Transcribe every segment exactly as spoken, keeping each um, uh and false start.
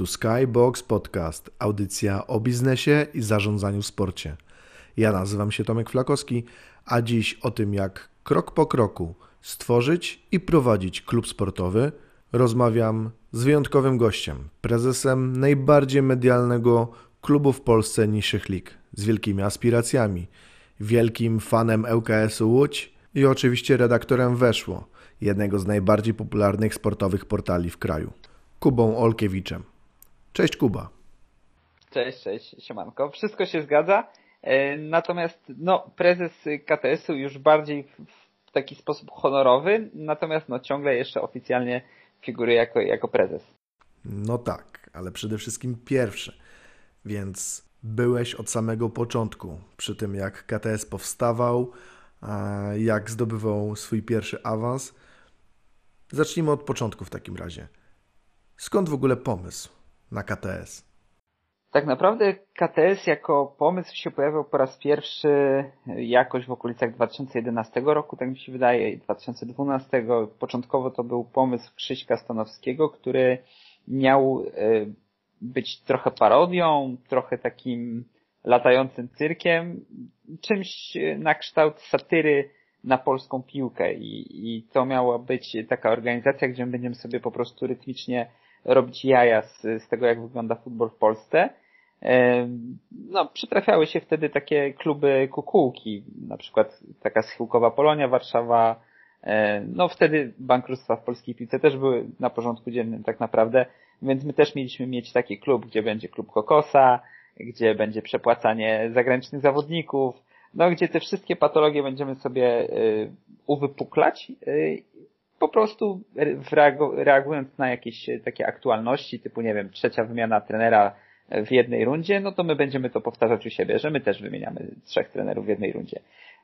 Tu Skybox Podcast, audycja o biznesie i zarządzaniu w sporcie. Ja nazywam się Tomek Flakowski, a dziś o tym, jak krok po kroku stworzyć i prowadzić klub sportowy, rozmawiam z wyjątkowym gościem, prezesem najbardziej medialnego klubu w Polsce niższych lig, z wielkimi aspiracjami, wielkim fanem L K S-u Łódź i oczywiście redaktorem Weszło, jednego z najbardziej popularnych sportowych portali w kraju, Kubą Olkiewiczem. Cześć Kuba. Cześć, cześć, siemanko. Wszystko się zgadza, natomiast no, prezes K T S-u już bardziej w taki sposób honorowy, natomiast no, ciągle jeszcze oficjalnie figuruje jako, jako prezes. No tak, ale przede wszystkim pierwszy, więc byłeś od samego początku przy tym, jak K T S powstawał, jak zdobywał swój pierwszy awans. Zacznijmy od początku w takim razie. Skąd w ogóle pomysł na K T S? Tak naprawdę K T S jako pomysł się pojawił po raz pierwszy jakoś w okolicach dwa tysiące jedenastego roku, tak mi się wydaje, i dwa tysiące dwunastego. Początkowo to był pomysł Krzyśka Stanowskiego, który miał być trochę parodią, trochę takim latającym cyrkiem, czymś na kształt satyry na polską piłkę i, i to miała być taka organizacja, gdzie będziemy sobie po prostu rytmicznie robić jaja z, z tego, jak wygląda futbol w Polsce. No, przytrafiały się wtedy takie kluby kukułki, na przykład taka Schyłkowa Polonia Warszawa. No, wtedy bankructwa w polskiej piłce też były na porządku dziennym tak naprawdę, więc my też mieliśmy mieć taki klub, gdzie będzie klub kokosa, gdzie będzie przepłacanie zagranicznych zawodników, no, gdzie te wszystkie patologie będziemy sobie uwypuklać, po prostu reagując na jakieś takie aktualności, typu, nie wiem, trzecia wymiana trenera w jednej rundzie, no to my będziemy to powtarzać u siebie, że my też wymieniamy trzech trenerów w jednej rundzie.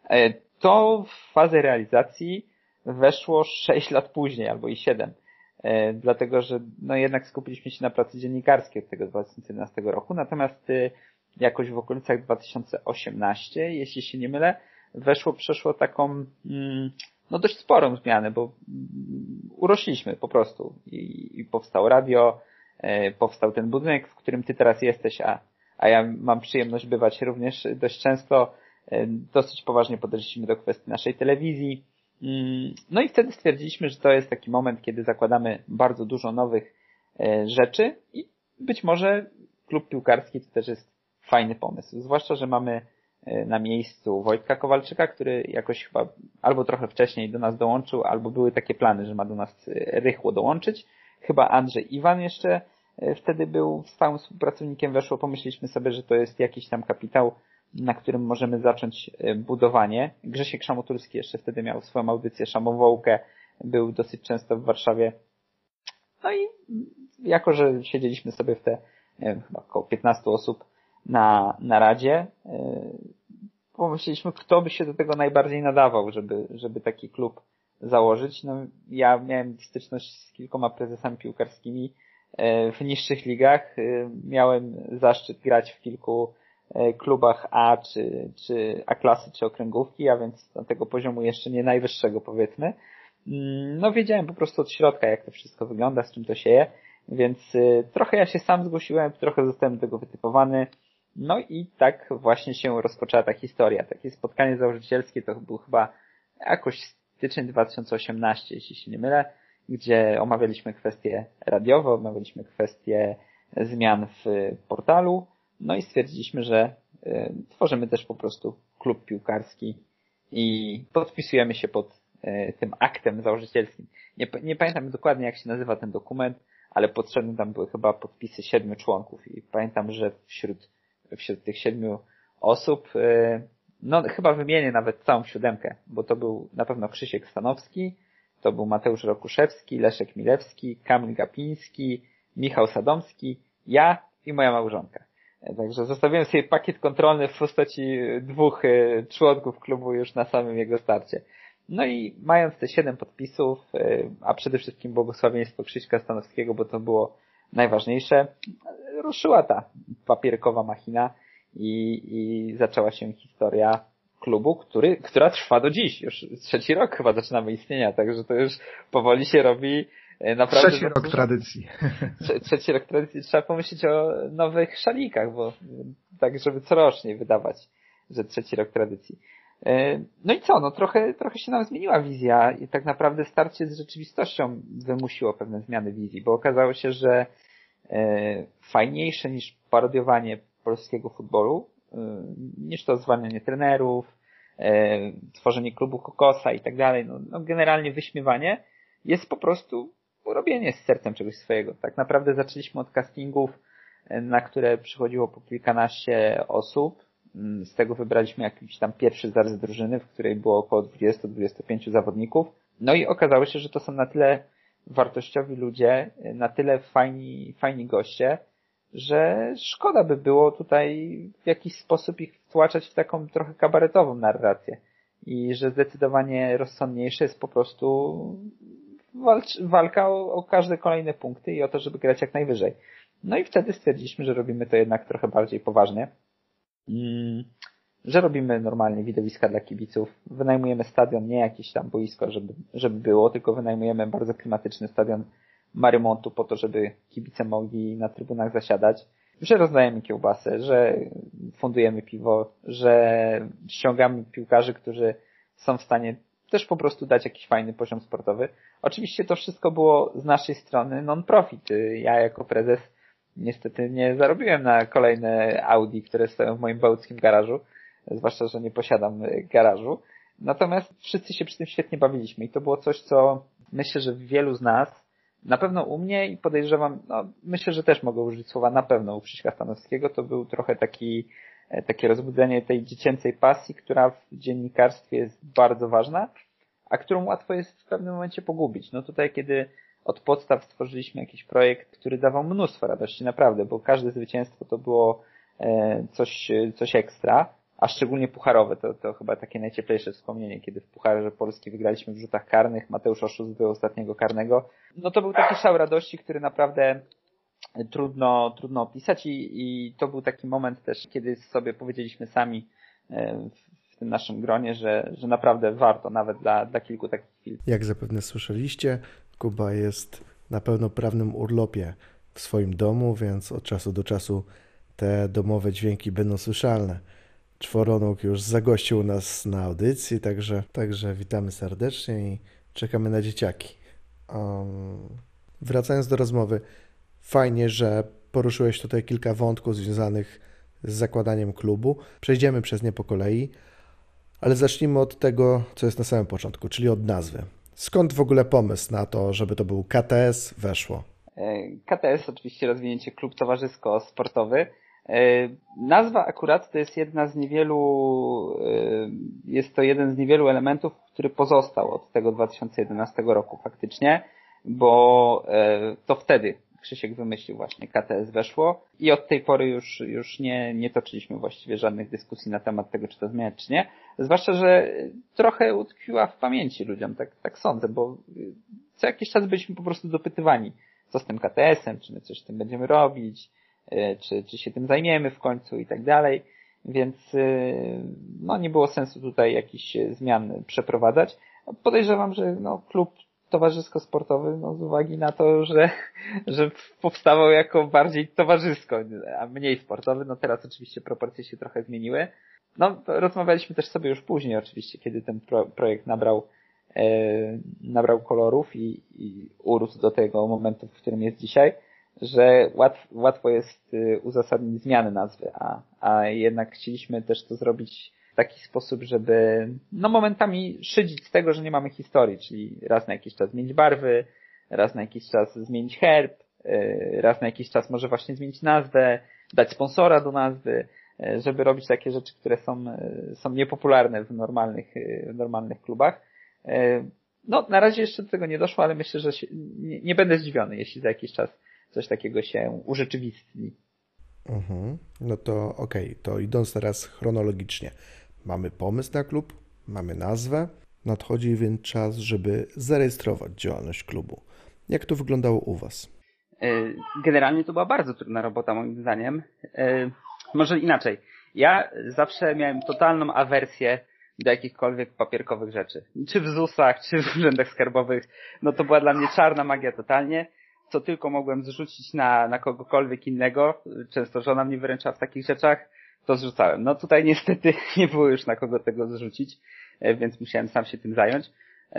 To w fazę realizacji weszło sześć lat później, albo i siedem. Dlatego, że no jednak skupiliśmy się na pracy dziennikarskiej od tego dwa tysiące jedenastego roku, natomiast jakoś w okolicach dwa tysiące osiemnastego, jeśli się nie mylę, weszło, przeszło taką no dość sporą zmianę, bo urośliśmy po prostu i, i powstało radio, e, powstał ten budynek, w którym ty teraz jesteś, a, a ja mam przyjemność bywać również dość często. E, dosyć poważnie podeszliśmy do kwestii naszej telewizji. Mm, no i wtedy stwierdziliśmy, że to jest taki moment, kiedy zakładamy bardzo dużo nowych e, rzeczy i być może klub piłkarski to też jest fajny pomysł, zwłaszcza, że mamy na miejscu Wojtka Kowalczyka, który jakoś chyba albo trochę wcześniej do nas dołączył, albo były takie plany, że ma do nas rychło dołączyć. Chyba Andrzej Iwan jeszcze wtedy był stałym współpracownikiem Weszło. Pomyśleliśmy sobie, że to jest jakiś tam kapitał, na którym możemy zacząć budowanie. Grzesiek Szamoturski jeszcze wtedy miał swoją audycję Szamowołkę, był dosyć często w Warszawie. No i jako, że siedzieliśmy sobie w te nie wiem, chyba około piętnastu osób na, na radzie, pomyśleliśmy, kto by się do tego najbardziej nadawał, żeby, żeby taki klub założyć. No, ja miałem styczność z kilkoma prezesami piłkarskimi w niższych ligach. Miałem zaszczyt grać w kilku klubach A, czy, czy A-klasy, czy okręgówki, a więc do tego poziomu jeszcze nie najwyższego, powiedzmy. No, wiedziałem po prostu od środka, jak to wszystko wygląda, z czym to się je, więc trochę ja się sam zgłosiłem, trochę zostałem do tego wytypowany. No i tak właśnie się rozpoczęła ta historia. Takie spotkanie założycielskie to był chyba jakoś styczeń dwa tysiące osiemnasty, jeśli się nie mylę, gdzie omawialiśmy kwestie radiowe, omawialiśmy kwestie zmian w portalu, no i stwierdziliśmy, że y, tworzymy też po prostu klub piłkarski i podpisujemy się pod y, tym aktem założycielskim. Nie, nie pamiętam dokładnie, jak się nazywa ten dokument, ale potrzebne tam były chyba podpisy siedmiu członków i pamiętam, że wśród wśród tych siedmiu osób, no chyba wymienię nawet całą siódemkę, bo to był na pewno Krzysiek Stanowski, to był Mateusz Rokuszewski, Leszek Milewski, Kamil Gapiński, Michał Sadomski, ja i moja małżonka. Także zostawiłem sobie pakiet kontrolny w postaci dwóch członków klubu już na samym jego starcie. No i mając te siedem podpisów, a przede wszystkim błogosławieństwo Krzyśka Stanowskiego, bo to było najważniejsze, ruszyła ta papierkowa machina i, i zaczęła się historia klubu, który, która trwa do dziś. Już trzeci rok chyba zaczynamy istnienia, także to już powoli się robi Naprawdę trzeci rok tradycji. Trzeci rok tradycji. Trzeba pomyśleć o nowych szalikach, bo tak, żeby corocznie wydawać, że trzeci rok tradycji. No i co, no trochę, trochę się nam zmieniła wizja i tak naprawdę starcie z rzeczywistością wymusiło pewne zmiany wizji, bo okazało się, że fajniejsze niż parodiowanie polskiego futbolu, niż to zwalnianie trenerów, tworzenie klubu kokosa i tak dalej, no, no generalnie wyśmiewanie, jest po prostu robienie z sercem czegoś swojego. Tak naprawdę zaczęliśmy od castingów, na które przychodziło po kilkanaście osób. Z tego wybraliśmy jakiś tam pierwszy zarys drużyny, w której było około dwadzieścia do dwudziestu pięciu zawodników. No i okazało się, że to są na tyle wartościowi ludzie, na tyle fajni, fajni goście, że szkoda by było tutaj w jakiś sposób ich wtłaczać w taką trochę kabaretową narrację. I że zdecydowanie rozsądniejsze jest po prostu walcz, walka o, o każde kolejne punkty i o to, żeby grać jak najwyżej. No i wtedy stwierdziliśmy, że robimy to jednak trochę bardziej poważnie. Mm, że robimy normalnie widowiska dla kibiców. Wynajmujemy stadion, nie jakieś tam boisko, żeby, żeby było, tylko wynajmujemy bardzo klimatyczny stadion Marymontu po to, żeby kibice mogli na trybunach zasiadać, że rozdajemy kiełbasę, że fundujemy piwo, że ściągamy piłkarzy, którzy są w stanie też po prostu dać jakiś fajny poziom sportowy. Oczywiście to wszystko było z naszej strony non-profit. Ja jako prezes niestety nie zarobiłem na kolejne Audi, które stoją w moim bełckim garażu, zwłaszcza, że nie posiadam garażu. Natomiast wszyscy się przy tym świetnie bawiliśmy i to było coś, co myślę, że wielu z nas, na pewno u mnie i podejrzewam, no myślę, że też mogę użyć słowa na pewno u Krzyśka Stanowskiego, to był trochę taki, takie rozbudzenie tej dziecięcej pasji, która w dziennikarstwie jest bardzo ważna, a którą łatwo jest w pewnym momencie pogubić. No tutaj, kiedy od podstaw stworzyliśmy jakiś projekt, który dawał mnóstwo radości, naprawdę, bo każde zwycięstwo to było coś, coś ekstra, a szczególnie pucharowe, to, to chyba takie najcieplejsze wspomnienie, kiedy w Pucharze Polski wygraliśmy w rzutach karnych, Mateusz Oszust zdobył ostatniego karnego. No to był taki szał radości, który naprawdę trudno, trudno opisać i, i to był taki moment też, kiedy sobie powiedzieliśmy sami w tym naszym gronie, że, że naprawdę warto nawet dla, dla kilku takich chwil. Jak zapewne słyszeliście, Kuba jest na pełnoprawnym urlopie w swoim domu, więc od czasu do czasu te domowe dźwięki będą słyszalne. Czworonóg już zagościł u nas na audycji, także, także witamy serdecznie i czekamy na dzieciaki. Um, wracając do rozmowy, fajnie, że poruszyłeś tutaj kilka wątków związanych z zakładaniem klubu. Przejdziemy przez nie po kolei, ale zacznijmy od tego, co jest na samym początku, czyli od nazwy. Skąd w ogóle pomysł na to, żeby to był K T S weszło? K T S oczywiście rozwinięcie klub towarzysko-sportowy. Nazwa akurat to jest jedna z niewielu, jest to jeden z niewielu elementów, który pozostał od tego dwa tysiące jedenastego roku faktycznie, bo to wtedy Krzysiek wymyślił właśnie K T S weszło i od tej pory już, już nie, nie toczyliśmy właściwie żadnych dyskusji na temat tego, czy to zmieniać, czy nie. Zwłaszcza, że trochę utkwiła w pamięci ludziom, tak, tak sądzę, bo co jakiś czas byliśmy po prostu dopytywani, co z tym K T S-em, czy my coś z tym będziemy robić, czy, czy się tym zajmiemy w końcu i tak dalej, więc no nie było sensu tutaj jakichś zmian przeprowadzać. Podejrzewam, że no klub towarzysko-sportowy, no z uwagi na to, że, że powstawał jako bardziej towarzysko, a mniej sportowy, no teraz oczywiście proporcje się trochę zmieniły. No rozmawialiśmy też sobie już później oczywiście, kiedy ten pro, projekt nabrał e, nabrał kolorów i, i urósł do tego momentu, w którym jest dzisiaj, że łatw, łatwo jest uzasadnić zmianę nazwy, a, a jednak chcieliśmy też to zrobić w taki sposób, żeby no momentami szydzić z tego, że nie mamy historii, czyli raz na jakiś czas zmienić barwy, raz na jakiś czas zmienić herb, raz na jakiś czas może właśnie zmienić nazwę, dać sponsora do nazwy, żeby robić takie rzeczy, które są, są niepopularne w normalnych, w normalnych klubach. No, na razie jeszcze do tego nie doszło, ale myślę, że się, nie, nie będę zdziwiony, jeśli za jakiś czas coś takiego się urzeczywistni. Mhm. No to okej, okay. To idąc teraz chronologicznie. Mamy pomysł na klub, mamy nazwę, nadchodzi więc czas, żeby zarejestrować działalność klubu. Jak to wyglądało u Was? Generalnie to była bardzo trudna robota moim zdaniem. Może inaczej. Ja zawsze miałem totalną awersję do jakichkolwiek papierkowych rzeczy. Czy w zusach, czy w urzędach skarbowych. No to była dla mnie czarna magia totalnie. Co tylko mogłem zrzucić na, na kogokolwiek innego, często żona mnie wyręcza w takich rzeczach, to zrzucałem. No tutaj niestety nie było już na kogo tego zrzucić, więc musiałem sam się tym zająć.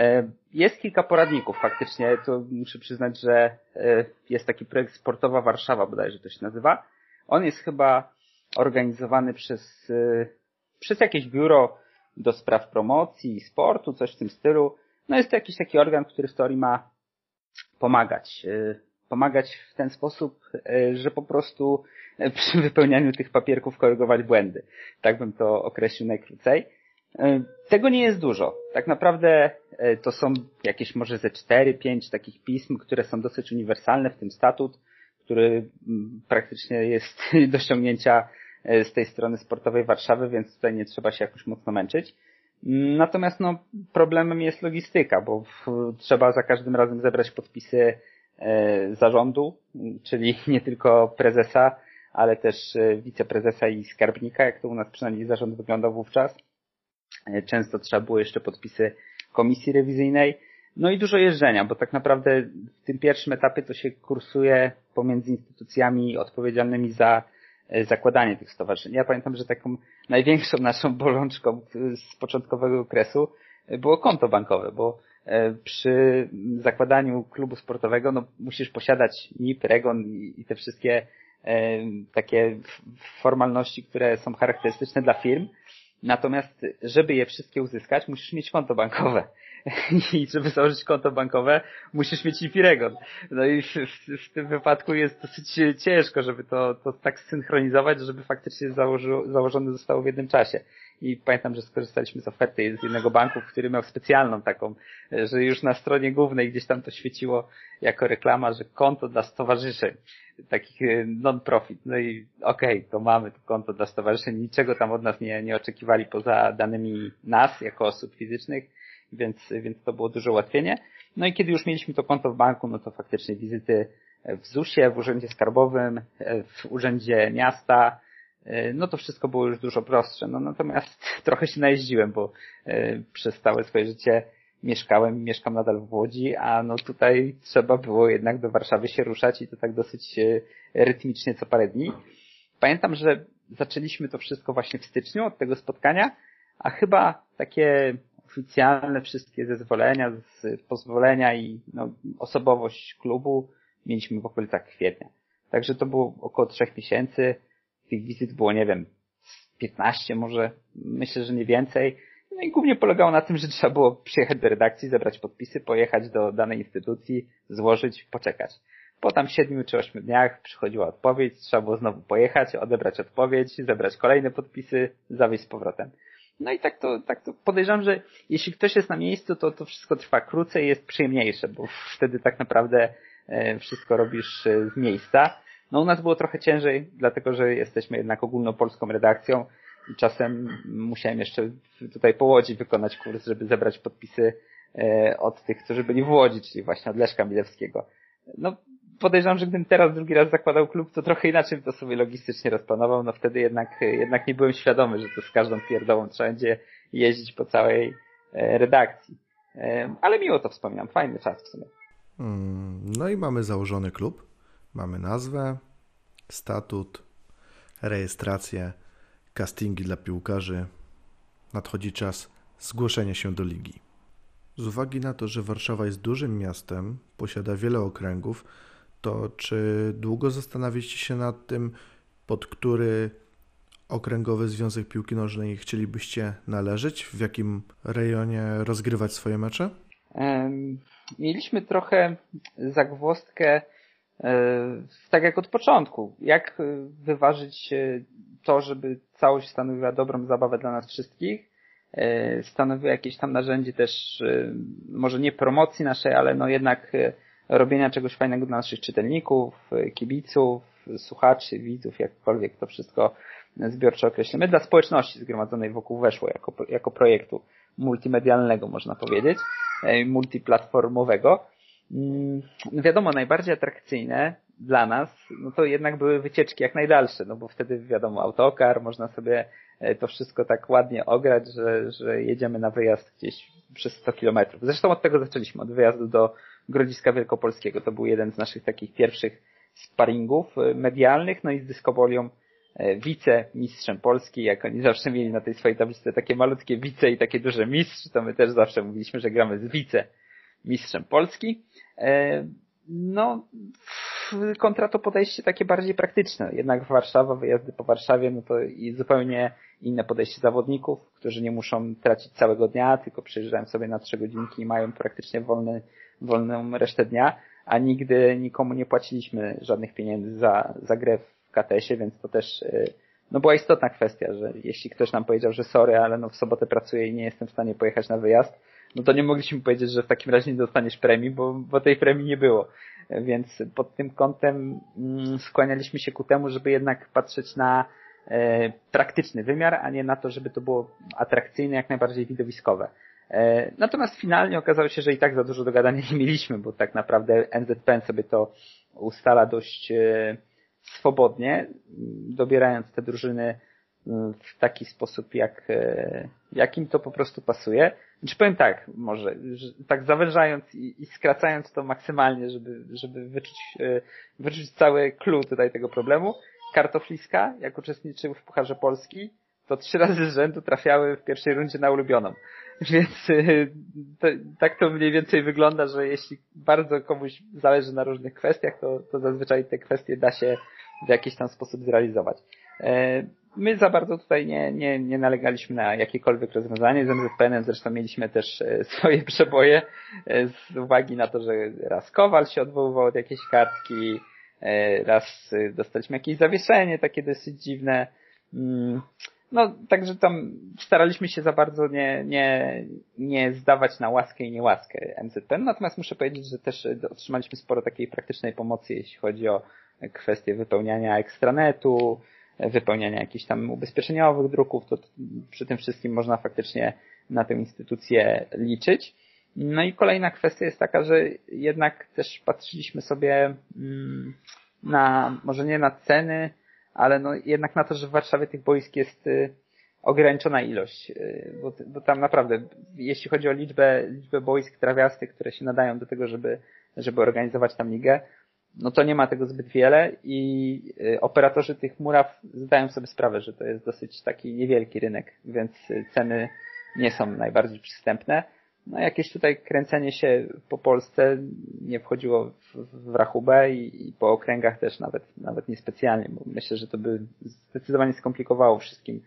Jest kilka poradników faktycznie, to muszę przyznać, że jest taki projekt Sportowa Warszawa bodajże to się nazywa. On jest chyba organizowany przez, przez jakieś biuro do spraw promocji i sportu, coś w tym stylu. No jest to jakiś taki organ, który w teorii ma pomagać. Pomagać w ten sposób, że po prostu przy wypełnianiu tych papierków korygować błędy. Tak bym to określił najkrócej. Tego nie jest dużo. Tak naprawdę to są jakieś może ze cztery, pięć takich pism, które są dosyć uniwersalne, w tym statut, który praktycznie jest do ściągnięcia z tej strony sportowej Warszawy, więc tutaj nie trzeba się jakoś mocno męczyć. Natomiast no, problemem jest logistyka, bo w, trzeba za każdym razem zebrać podpisy e, zarządu, czyli nie tylko prezesa, ale też e, wiceprezesa i skarbnika, jak to u nas przynajmniej zarząd wyglądał wówczas. E, często trzeba było jeszcze podpisy komisji rewizyjnej. No i dużo jeżdżenia, bo tak naprawdę w tym pierwszym etapie to się kursuje pomiędzy instytucjami odpowiedzialnymi za zakładanie tych stowarzyszeń. Ja pamiętam, że taką największą naszą bolączką z początkowego okresu było konto bankowe, bo przy zakładaniu klubu sportowego no, musisz posiadać N I P, REGON i te wszystkie e, takie formalności, które są charakterystyczne dla firm. Natomiast żeby je wszystkie uzyskać, musisz mieć konto bankowe. I żeby założyć konto bankowe, musisz mieć N I P i REGON. No i w, w, w tym wypadku jest dosyć ciężko, żeby to, to tak synchronizować, żeby faktycznie założy, założone zostało w jednym czasie. I pamiętam, że skorzystaliśmy z oferty z jednego banku, który miał specjalną taką, że już na stronie głównej gdzieś tam to świeciło jako reklama, że konto dla stowarzyszeń, takich non-profit. No i okej, okay, to mamy to konto dla stowarzyszeń, niczego tam od nas nie, nie oczekiwali poza danymi nas jako osób fizycznych, więc, więc to było duże ułatwienie. No i kiedy już mieliśmy to konto w banku, no to faktycznie wizyty w zusie, w urzędzie skarbowym, w urzędzie miasta, no to wszystko było już dużo prostsze. No natomiast trochę się najeździłem, bo przez całe swoje życie mieszkałem i mieszkam nadal w Łodzi, a no tutaj trzeba było jednak do Warszawy się ruszać i to tak dosyć rytmicznie co parę dni. Pamiętam, że zaczęliśmy to wszystko właśnie w styczniu od tego spotkania, a chyba takie oficjalne wszystkie zezwolenia, z pozwolenia i no, osobowość klubu mieliśmy w okolicach kwietnia. Także to było około trzech miesięcy. Tych wizyt było, nie wiem, piętnaście może, myślę, że nie więcej. No i głównie polegało na tym, że trzeba było przyjechać do redakcji, zebrać podpisy, pojechać do danej instytucji, złożyć, poczekać. Po tam siedmiu czy ośmiu dniach przychodziła odpowiedź, trzeba było znowu pojechać, odebrać odpowiedź, zebrać kolejne podpisy, zawieźć z powrotem. No i tak to, tak to podejrzewam, że jeśli ktoś jest na miejscu, to to wszystko trwa krócej i jest przyjemniejsze, bo wtedy tak naprawdę wszystko robisz z miejsca. No u nas było trochę ciężej, dlatego że jesteśmy jednak ogólnopolską redakcją i czasem musiałem jeszcze tutaj po Łodzi wykonać kurs, żeby zebrać podpisy od tych, którzy byli w Łodzi, czyli właśnie od Leszka Milewskiego. No podejrzewam, że gdybym teraz drugi raz zakładał klub, to trochę inaczej bym to sobie logistycznie rozplanował, no wtedy jednak, jednak nie byłem świadomy, że to z każdą pierdołą trzeba będzie jeździć po całej redakcji. Ale miło to wspominam, fajny czas w sumie. No i mamy założony klub. Mamy nazwę, statut, rejestrację, castingi dla piłkarzy. Nadchodzi czas zgłoszenia się do ligi. Z uwagi na to, że Warszawa jest dużym miastem, posiada wiele okręgów, to czy długo zastanawialiście się nad tym, pod który okręgowy związek piłki nożnej chcielibyście należeć? W jakim rejonie rozgrywać swoje mecze? Um, mieliśmy trochę zagwozdkę tak jak od początku. Jak wyważyć to, żeby całość stanowiła dobrą zabawę dla nas wszystkich, stanowiła jakieś tam narzędzie też, może nie promocji naszej, ale no jednak robienia czegoś fajnego dla naszych czytelników, kibiców, słuchaczy, widzów, jakkolwiek to wszystko zbiorczo określimy, dla społeczności zgromadzonej wokół Weszło jako, jako projektu multimedialnego, można powiedzieć, multiplatformowego. no wiadomo, najbardziej atrakcyjne dla nas, no to jednak były wycieczki jak najdalsze, no bo wtedy wiadomo, autokar, można sobie to wszystko tak ładnie ograć, że, że jedziemy na wyjazd gdzieś przez sto kilometrów. Zresztą od tego zaczęliśmy, od wyjazdu do Grodziska Wielkopolskiego. To był jeden z naszych takich pierwszych sparingów medialnych, no i z dyskobolią wicemistrzem Polski, jak oni zawsze mieli na tej swojej tablicy takie malutkie wice i takie duże mistrz, to my też zawsze mówiliśmy, że gramy z wicemistrzem Polski. No, kontra to podejście takie bardziej praktyczne. Jednak Warszawa, wyjazdy po Warszawie, no to i zupełnie inne podejście zawodników, którzy nie muszą tracić całego dnia, tylko przyjeżdżają sobie na trzy godzinki i mają praktycznie wolny, wolną resztę dnia, a nigdy nikomu nie płaciliśmy żadnych pieniędzy za, za grę w K T S-ie, więc to też no była istotna kwestia, że jeśli ktoś nam powiedział, że sorry, ale no w sobotę pracuję i nie jestem w stanie pojechać na wyjazd, no to nie mogliśmy powiedzieć, że w takim razie nie dostaniesz premii, bo, bo tej premii nie było. Więc pod tym kątem mm, skłanialiśmy się ku temu, żeby jednak patrzeć na e, praktyczny wymiar, a nie na to, żeby to było atrakcyjne, jak najbardziej widowiskowe. E, natomiast finalnie okazało się, że i tak za dużo do gadania nie mieliśmy, bo tak naprawdę N Z P N sobie to ustala dość e, swobodnie, dobierając te drużyny w taki sposób, jak, jak im to po prostu pasuje. Znaczy powiem tak, może, że tak zawężając i, i skracając to maksymalnie, żeby, żeby wyczuć, wyczuć cały clue tutaj tego problemu. Kartofliska, jak uczestniczył w Pucharze Polski, to trzy razy z rzędu trafiały w pierwszej rundzie na ulubioną. Więc to, tak to mniej więcej wygląda, że jeśli bardzo komuś zależy na różnych kwestiach, to, to zazwyczaj te kwestie da się w jakiś tam sposób zrealizować. My za bardzo tutaj nie, nie, nie nalegaliśmy na jakiekolwiek rozwiązanie. Z M Z P N-em zresztą mieliśmy też swoje przeboje z uwagi na to, że raz Kowal się odwoływał od jakiejś kartki, raz dostaliśmy jakieś zawieszenie takie dosyć dziwne. No, także tam staraliśmy się za bardzo nie, nie, nie zdawać na łaskę i niełaskę M Z P N. Natomiast muszę powiedzieć, że też otrzymaliśmy sporo takiej praktycznej pomocy, jeśli chodzi o kwestie wypełniania ekstranetu, wypełniania jakichś tam ubezpieczeniowych druków, to przy tym wszystkim można faktycznie na tę instytucję liczyć. No i kolejna kwestia jest taka, że jednak też patrzyliśmy sobie na, może nie na ceny, ale no jednak na to, że w Warszawie tych boisk jest ograniczona ilość, bo, bo tam naprawdę, jeśli chodzi o liczbę, liczbę boisk trawiastych, które się nadają do tego, żeby, żeby organizować tam ligę, no to nie ma tego zbyt wiele i operatorzy tych muraw zdają sobie sprawę, że to jest dosyć taki niewielki rynek, więc ceny nie są najbardziej przystępne. No jakieś tutaj kręcenie się po Polsce nie wchodziło w, w rachubę i, i po okręgach też nawet, nawet niespecjalnie, bo myślę, że to by zdecydowanie skomplikowało wszystkim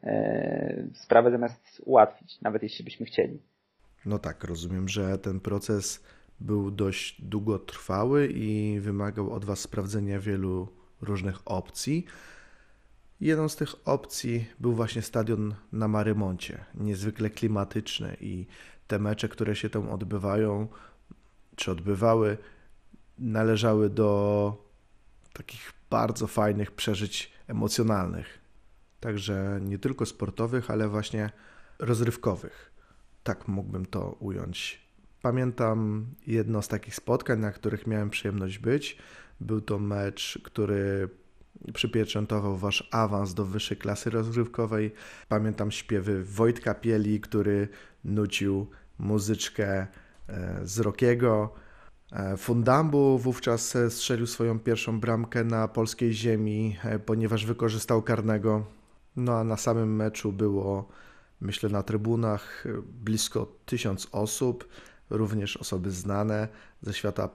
e, sprawę zamiast ułatwić, nawet jeśli byśmy chcieli. No tak, rozumiem, że ten proces był dość długotrwały i wymagał od Was sprawdzenia wielu różnych opcji. Jedną z tych opcji był właśnie stadion na Marymoncie, niezwykle klimatyczny i te mecze, które się tam odbywają, czy odbywały, należały do takich bardzo fajnych przeżyć emocjonalnych. Także nie tylko sportowych, ale właśnie rozrywkowych. Tak mógłbym to ująć. Pamiętam jedno z takich spotkań, na których miałem przyjemność być. Był to mecz, który przypieczętował Wasz awans do wyższej klasy rozgrywkowej. Pamiętam śpiewy Wojtka Pieli, który nucił muzyczkę z Rockiego. Fundambu wówczas strzelił swoją pierwszą bramkę na polskiej ziemi, ponieważ wykorzystał karnego. No a na samym meczu było, myślę, na trybunach blisko tysiąc osób, również osoby znane ze świata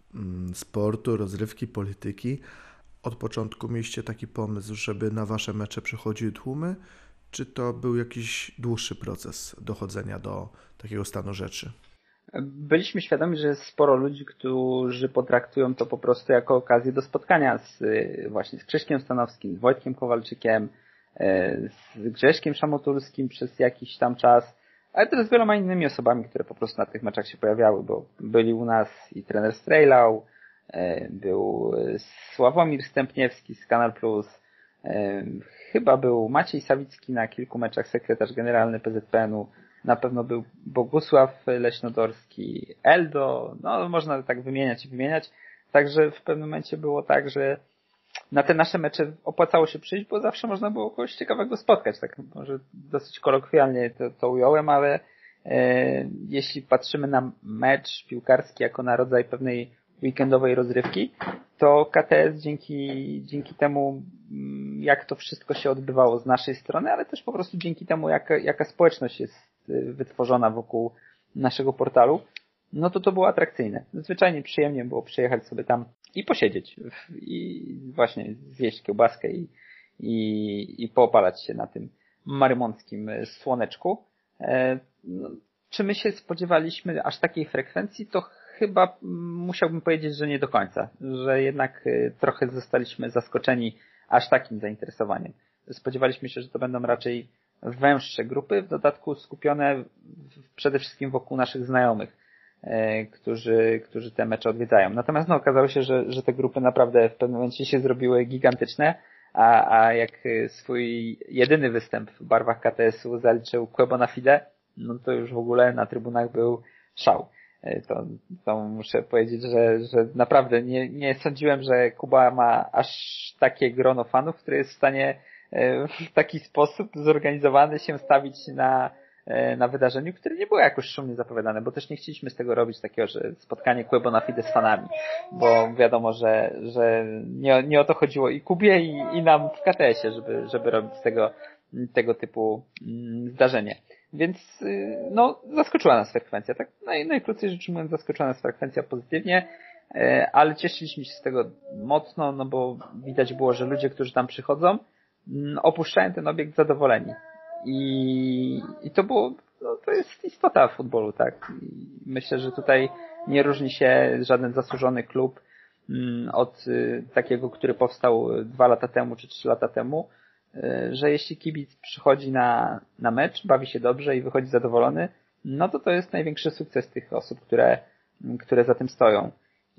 sportu, rozrywki, polityki. Od początku mieliście taki pomysł, żeby na Wasze mecze przychodziły tłumy, czy to był jakiś dłuższy proces dochodzenia do takiego stanu rzeczy? Byliśmy świadomi, że jest sporo ludzi, którzy potraktują to po prostu jako okazję do spotkania z, właśnie z Krzyśkiem Stanowskim, z Wojtkiem Kowalczykiem, z Grześkiem Szamoturskim przez jakiś tam czas, ale też z wieloma innymi osobami, które po prostu na tych meczach się pojawiały, bo byli u nas i trener Strejlał, był Sławomir Stępniewski z Kanal Plus, chyba był Maciej Sawicki na kilku meczach, sekretarz generalny P Z P N-u, na pewno był Bogusław Leśnodorski, Eldo, no można tak wymieniać i wymieniać. Także w pewnym momencie było tak, że na te nasze mecze opłacało się przyjść, bo zawsze można było kogoś ciekawego spotkać. Tak może dosyć kolokwialnie to, to ująłem, ale e, jeśli patrzymy na mecz piłkarski jako na rodzaj pewnej weekendowej rozrywki, to K T S dzięki, dzięki temu, jak to wszystko się odbywało z naszej strony, ale też po prostu dzięki temu, jaka, jaka społeczność jest wytworzona wokół naszego portalu, no to to było atrakcyjne. Zwyczajnie przyjemnie było przyjechać sobie tam i posiedzieć i właśnie zjeść kiełbaskę i, i, i poopalać się na tym marymąckim słoneczku. E, no, czy my się spodziewaliśmy aż takiej frekwencji? To chyba musiałbym powiedzieć, że nie do końca, że jednak trochę zostaliśmy zaskoczeni aż takim zainteresowaniem. Spodziewaliśmy się, że to będą raczej węższe grupy, w dodatku skupione przede wszystkim wokół naszych znajomych, którzy, którzy te mecze odwiedzają. Natomiast no, okazało się, że, że te grupy naprawdę w pewnym momencie się zrobiły gigantyczne, a, a jak swój jedyny występ w barwach K T S-u zaliczył Kłe Bonafide, no to już w ogóle na trybunach był szał. To, to muszę powiedzieć, że, że naprawdę nie, nie sądziłem, że Kuba ma aż takie grono fanów, które jest w stanie w taki sposób zorganizowany się stawić na, na wydarzeniu, które nie było jakoś szumnie zapowiadane, bo też nie chcieliśmy z tego robić takiego, że spotkanie Kłe Bonafide z fanami, bo wiadomo, że, że nie, nie o to chodziło i Kubie i, i nam w K T S-ie, żeby, żeby robić z tego, tego typu zdarzenie. Więc no, zaskoczyła nas frekwencja, tak? Naj, najkrócej rzecz ujmując, zaskoczyła nas frekwencja pozytywnie, ale cieszyliśmy się z tego mocno, no bo widać było, że ludzie, którzy tam przychodzą, opuszczają ten obiekt zadowoleni. I, i to było, no, to jest istota futbolu, tak? I myślę, że tutaj nie różni się żaden zasłużony klub od takiego, który powstał dwa lata temu czy trzy lata temu, że jeśli kibic przychodzi na, na mecz, bawi się dobrze i wychodzi zadowolony, no to to jest największy sukces tych osób, które, które za tym stoją.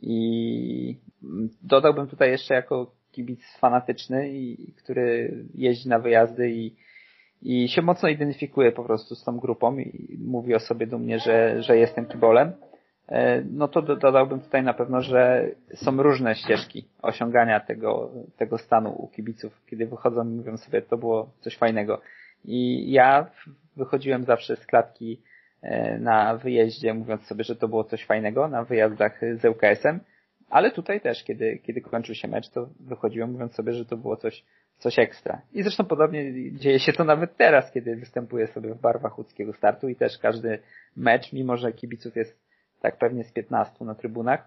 I dodałbym tutaj jeszcze jako kibic fanatyczny, i, który jeździ na wyjazdy i, i się mocno identyfikuje po prostu z tą grupą i mówi o sobie dumnie, że, że jestem kibolem, no to dodałbym tutaj na pewno, że są różne ścieżki osiągania tego, tego stanu u kibiców, kiedy wychodzą i mówią sobie, to było coś fajnego. I ja wychodziłem zawsze z klatki na wyjeździe, mówiąc sobie, że to było coś fajnego na wyjazdach z L K S-em, ale tutaj też, kiedy, kiedy kończył się mecz, to wychodziłem mówiąc sobie, że to było coś, coś ekstra. I zresztą podobnie dzieje się to nawet teraz, kiedy występuję sobie w barwach łódzkiego Startu i też każdy mecz, mimo że kibiców jest tak pewnie z piętnastu na trybunach,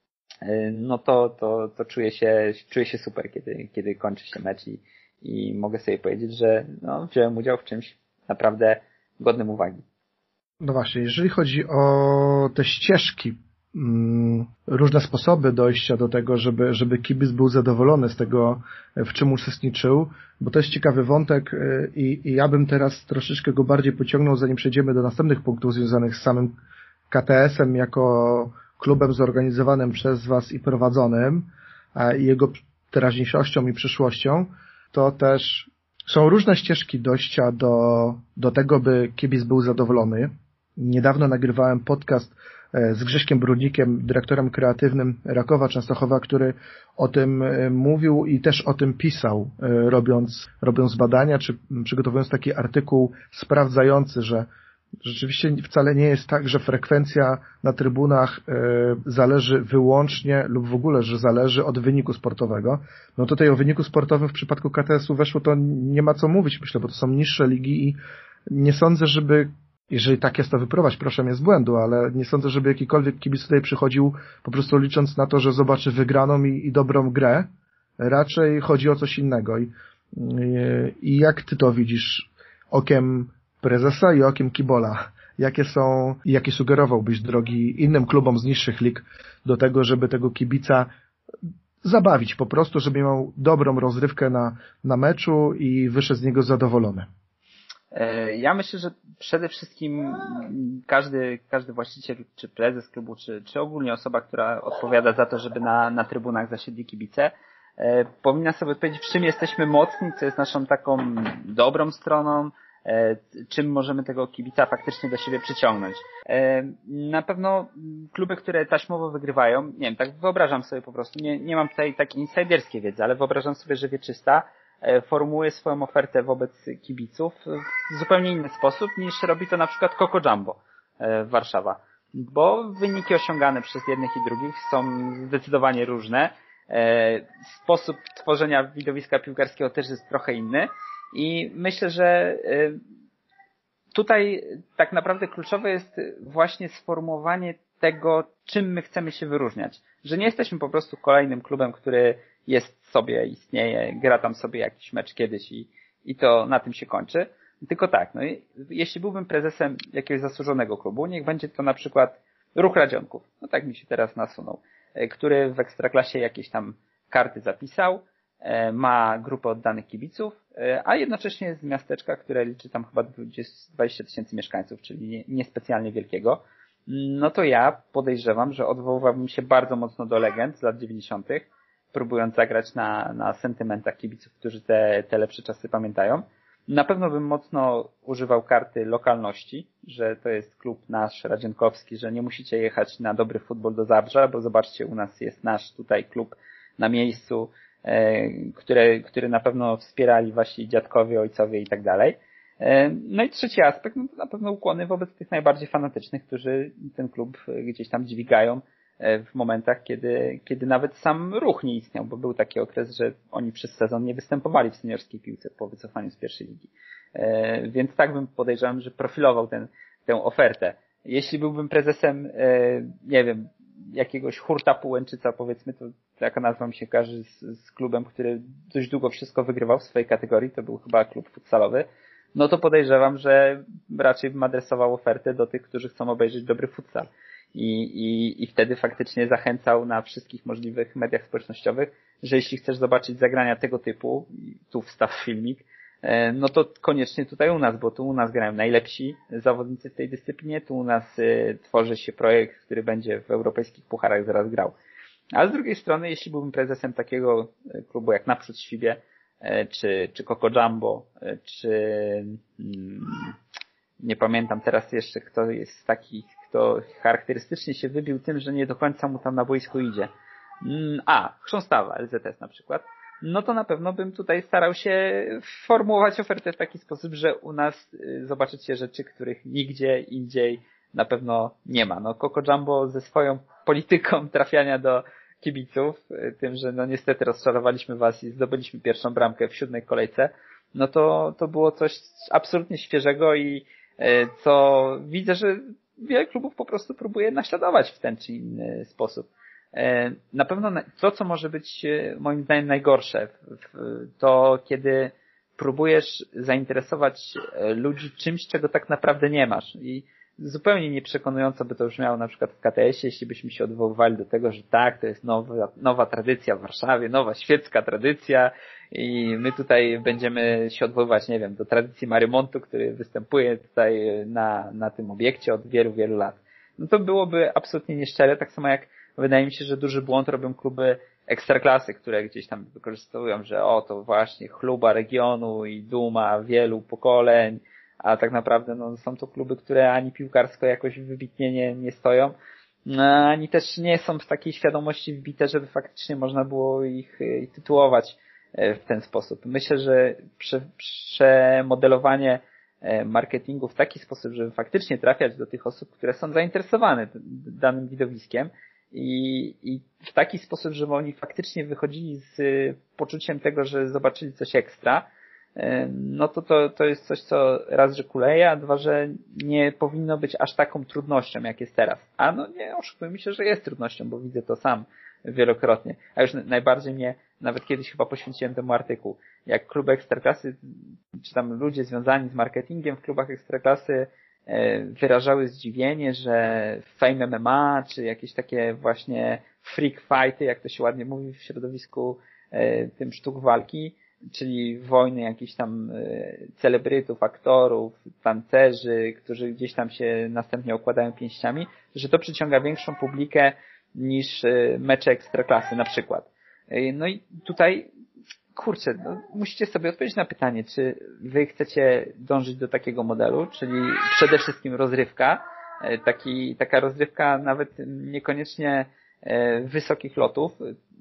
no to, to, to czuję się, czuję się super, kiedy, kiedy kończy się mecz i, i mogę sobie powiedzieć, że no, wziąłem udział w czymś naprawdę godnym uwagi. No właśnie, jeżeli chodzi o te ścieżki, mm, różne sposoby dojścia do tego, żeby, żeby kibic był zadowolony z tego, w czym uczestniczył, bo to jest ciekawy wątek i, i ja bym teraz troszeczkę go bardziej pociągnął, zanim przejdziemy do następnych punktów związanych z samym K T S-em jako klubem zorganizowanym przez Was i prowadzonym, i jego teraźniejszością i przyszłością, to też są różne ścieżki dojścia do, do tego, by kibic był zadowolony. Niedawno nagrywałem podcast z Grześkiem Brudnikiem, dyrektorem kreatywnym Rakowa Częstochowa, który o tym mówił i też o tym pisał, robiąc, robiąc badania, czy przygotowując taki artykuł sprawdzający, że rzeczywiście wcale nie jest tak, że frekwencja na trybunach zależy wyłącznie lub w ogóle, że zależy od wyniku sportowego. No tutaj o wyniku sportowym w przypadku K T S-u weszło, to nie ma co mówić, myślę, bo to są niższe ligi i nie sądzę, żeby, jeżeli tak jest to wyprowadź, proszę mnie z błędu, ale nie sądzę, żeby jakikolwiek kibic tutaj przychodził po prostu licząc na to, że zobaczy wygraną i, i dobrą grę. Raczej chodzi o coś innego. I, i, i jak ty to widzisz okiem prezesa i okiem kibola? Jakie są, jakie sugerowałbyś drogi innym klubom z niższych lig do tego, żeby tego kibica zabawić po prostu, żeby miał dobrą rozrywkę na, na meczu i wyszedł z niego zadowolony? Ja myślę, że przede wszystkim każdy, każdy właściciel, czy prezes klubu, czy, czy ogólnie osoba, która odpowiada za to, żeby na, na trybunach zasiedli kibice, powinna sobie odpowiedzieć, w czym jesteśmy mocni, co jest naszą taką dobrą stroną, czym możemy tego kibica faktycznie do siebie przyciągnąć. Na pewno kluby, które taśmowo wygrywają, nie wiem, tak wyobrażam sobie po prostu, nie, nie mam tutaj takiej insiderskiej wiedzy, ale wyobrażam sobie, że Wieczysta formułuje swoją ofertę wobec kibiców w zupełnie inny sposób niż robi to na przykład Coco Jumbo Warszawa. Bo wyniki osiągane przez jednych i drugich są zdecydowanie różne. Sposób tworzenia widowiska piłkarskiego też jest trochę inny i myślę, że tutaj tak naprawdę kluczowe jest właśnie sformułowanie tego, czym my chcemy się wyróżniać. Że nie jesteśmy po prostu kolejnym klubem, który jest sobie, istnieje, gra tam sobie jakiś mecz kiedyś i, i to na tym się kończy. Tylko tak, no i jeśli byłbym prezesem jakiegoś zasłużonego klubu, niech będzie to na przykład Ruch Radzionków, no tak mi się teraz nasunął, który w Ekstraklasie jakieś tam karty zapisał, ma grupę oddanych kibiców, a jednocześnie jest z miasteczka, które liczy tam chyba dwadzieścia tysięcy mieszkańców, czyli niespecjalnie wielkiego. No to ja podejrzewam, że odwoływałbym się bardzo mocno do legend z lat dziewięćdziesiątych, próbując zagrać na, na sentymentach kibiców, którzy te, te lepsze czasy pamiętają. Na pewno bym mocno używał karty lokalności, że to jest klub nasz radzionkowski, że nie musicie jechać na dobry futbol do Zabrza, bo zobaczcie, u nas jest nasz tutaj klub na miejscu, e, które, który na pewno wspierali wasi dziadkowie, ojcowie i tak dalej. E, no i trzeci aspekt, no to na pewno ukłony wobec tych najbardziej fanatycznych, którzy ten klub gdzieś tam dźwigają w momentach, kiedy, kiedy nawet sam Ruch nie istniał, bo był taki okres, że oni przez sezon nie występowali w seniorskiej piłce po wycofaniu z pierwszej ligi. E, więc tak bym podejrzewam, że profilował ten, tę ofertę. Jeśli byłbym prezesem, e, nie wiem, jakiegoś Hurta Półęczyca, powiedzmy, to taka nazwa mi się kojarzy z, z klubem, który dość długo wszystko wygrywał w swojej kategorii, to był chyba klub futsalowy, no to podejrzewam, że raczej bym adresował ofertę do tych, którzy chcą obejrzeć dobry futsal. I, i, i wtedy faktycznie zachęcał na wszystkich możliwych mediach społecznościowych, że jeśli chcesz zobaczyć zagrania tego typu, tu wstaw filmik, no to koniecznie tutaj u nas, bo tu u nas grają najlepsi zawodnicy w tej dyscyplinie, tu u nas y, tworzy się projekt, który będzie w europejskich pucharach zaraz grał. A z drugiej strony, jeśli byłbym prezesem takiego klubu jak Naprzód Świbie, y, czy, czy Coco Jumbo, y, czy mm, nie pamiętam teraz jeszcze, kto jest taki, kto charakterystycznie się wybił tym, że nie do końca mu tam na boisku idzie. A, Chrząstawa, L Z S na przykład. No to na pewno bym tutaj starał się formułować ofertę w taki sposób, że u nas zobaczycie rzeczy, których nigdzie indziej na pewno nie ma. No Coco Jumbo ze swoją polityką trafiania do kibiców, tym, że no niestety rozczarowaliśmy was i zdobyliśmy pierwszą bramkę w siódmej kolejce, no to, to było coś absolutnie świeżego i co widzę, że wiele klubów po prostu próbuje naśladować w ten czy inny sposób. Na pewno to, co może być moim zdaniem najgorsze, to kiedy próbujesz zainteresować ludzi czymś, czego tak naprawdę nie masz. I zupełnie nieprzekonująco by to brzmiało na przykład w K T S ie, jeśli byśmy się odwoływali do tego, że tak, to jest nowa, nowa tradycja w Warszawie, nowa świecka tradycja i my tutaj będziemy się odwoływać, nie wiem, do tradycji Marymontu, który występuje tutaj na, na tym obiekcie od wielu, wielu lat. No to byłoby absolutnie nieszczere, tak samo jak wydaje mi się, że duży błąd robią kluby ekstraklasy, które gdzieś tam wykorzystują, że o, to właśnie chluba regionu i duma wielu pokoleń, a tak naprawdę no, są to kluby, które ani piłkarsko jakoś wybitnie nie, nie stoją, ani też nie są w takiej świadomości wbite, żeby faktycznie można było ich, ich tytułować w ten sposób. Myślę, że prze, przemodelowanie marketingu w taki sposób, żeby faktycznie trafiać do tych osób, które są zainteresowane danym widowiskiem i, i w taki sposób, żeby oni faktycznie wychodzili z poczuciem tego, że zobaczyli coś ekstra, no to, to to jest coś, co raz, że kuleje, a dwa, że nie powinno być aż taką trudnością, jak jest teraz. A no nie oszukujmy się, że jest trudnością, bo widzę to sam wielokrotnie. A już najbardziej mnie, nawet kiedyś chyba poświęciłem temu artykuł, jak kluby ekstraklasy, czy tam ludzie związani z marketingiem w klubach ekstraklasy wyrażały zdziwienie, że Fame M M A, czy jakieś takie właśnie freak fighty, jak to się ładnie mówi w środowisku tym sztuk walki, czyli wojny jakichś tam celebrytów, aktorów, tancerzy, którzy gdzieś tam się następnie okładają pięściami, że to przyciąga większą publikę niż mecze ekstraklasy na przykład. No i tutaj kurczę, no, musicie sobie odpowiedzieć na pytanie, czy wy chcecie dążyć do takiego modelu, czyli przede wszystkim rozrywka, taki, taka rozrywka nawet niekoniecznie wysokich lotów,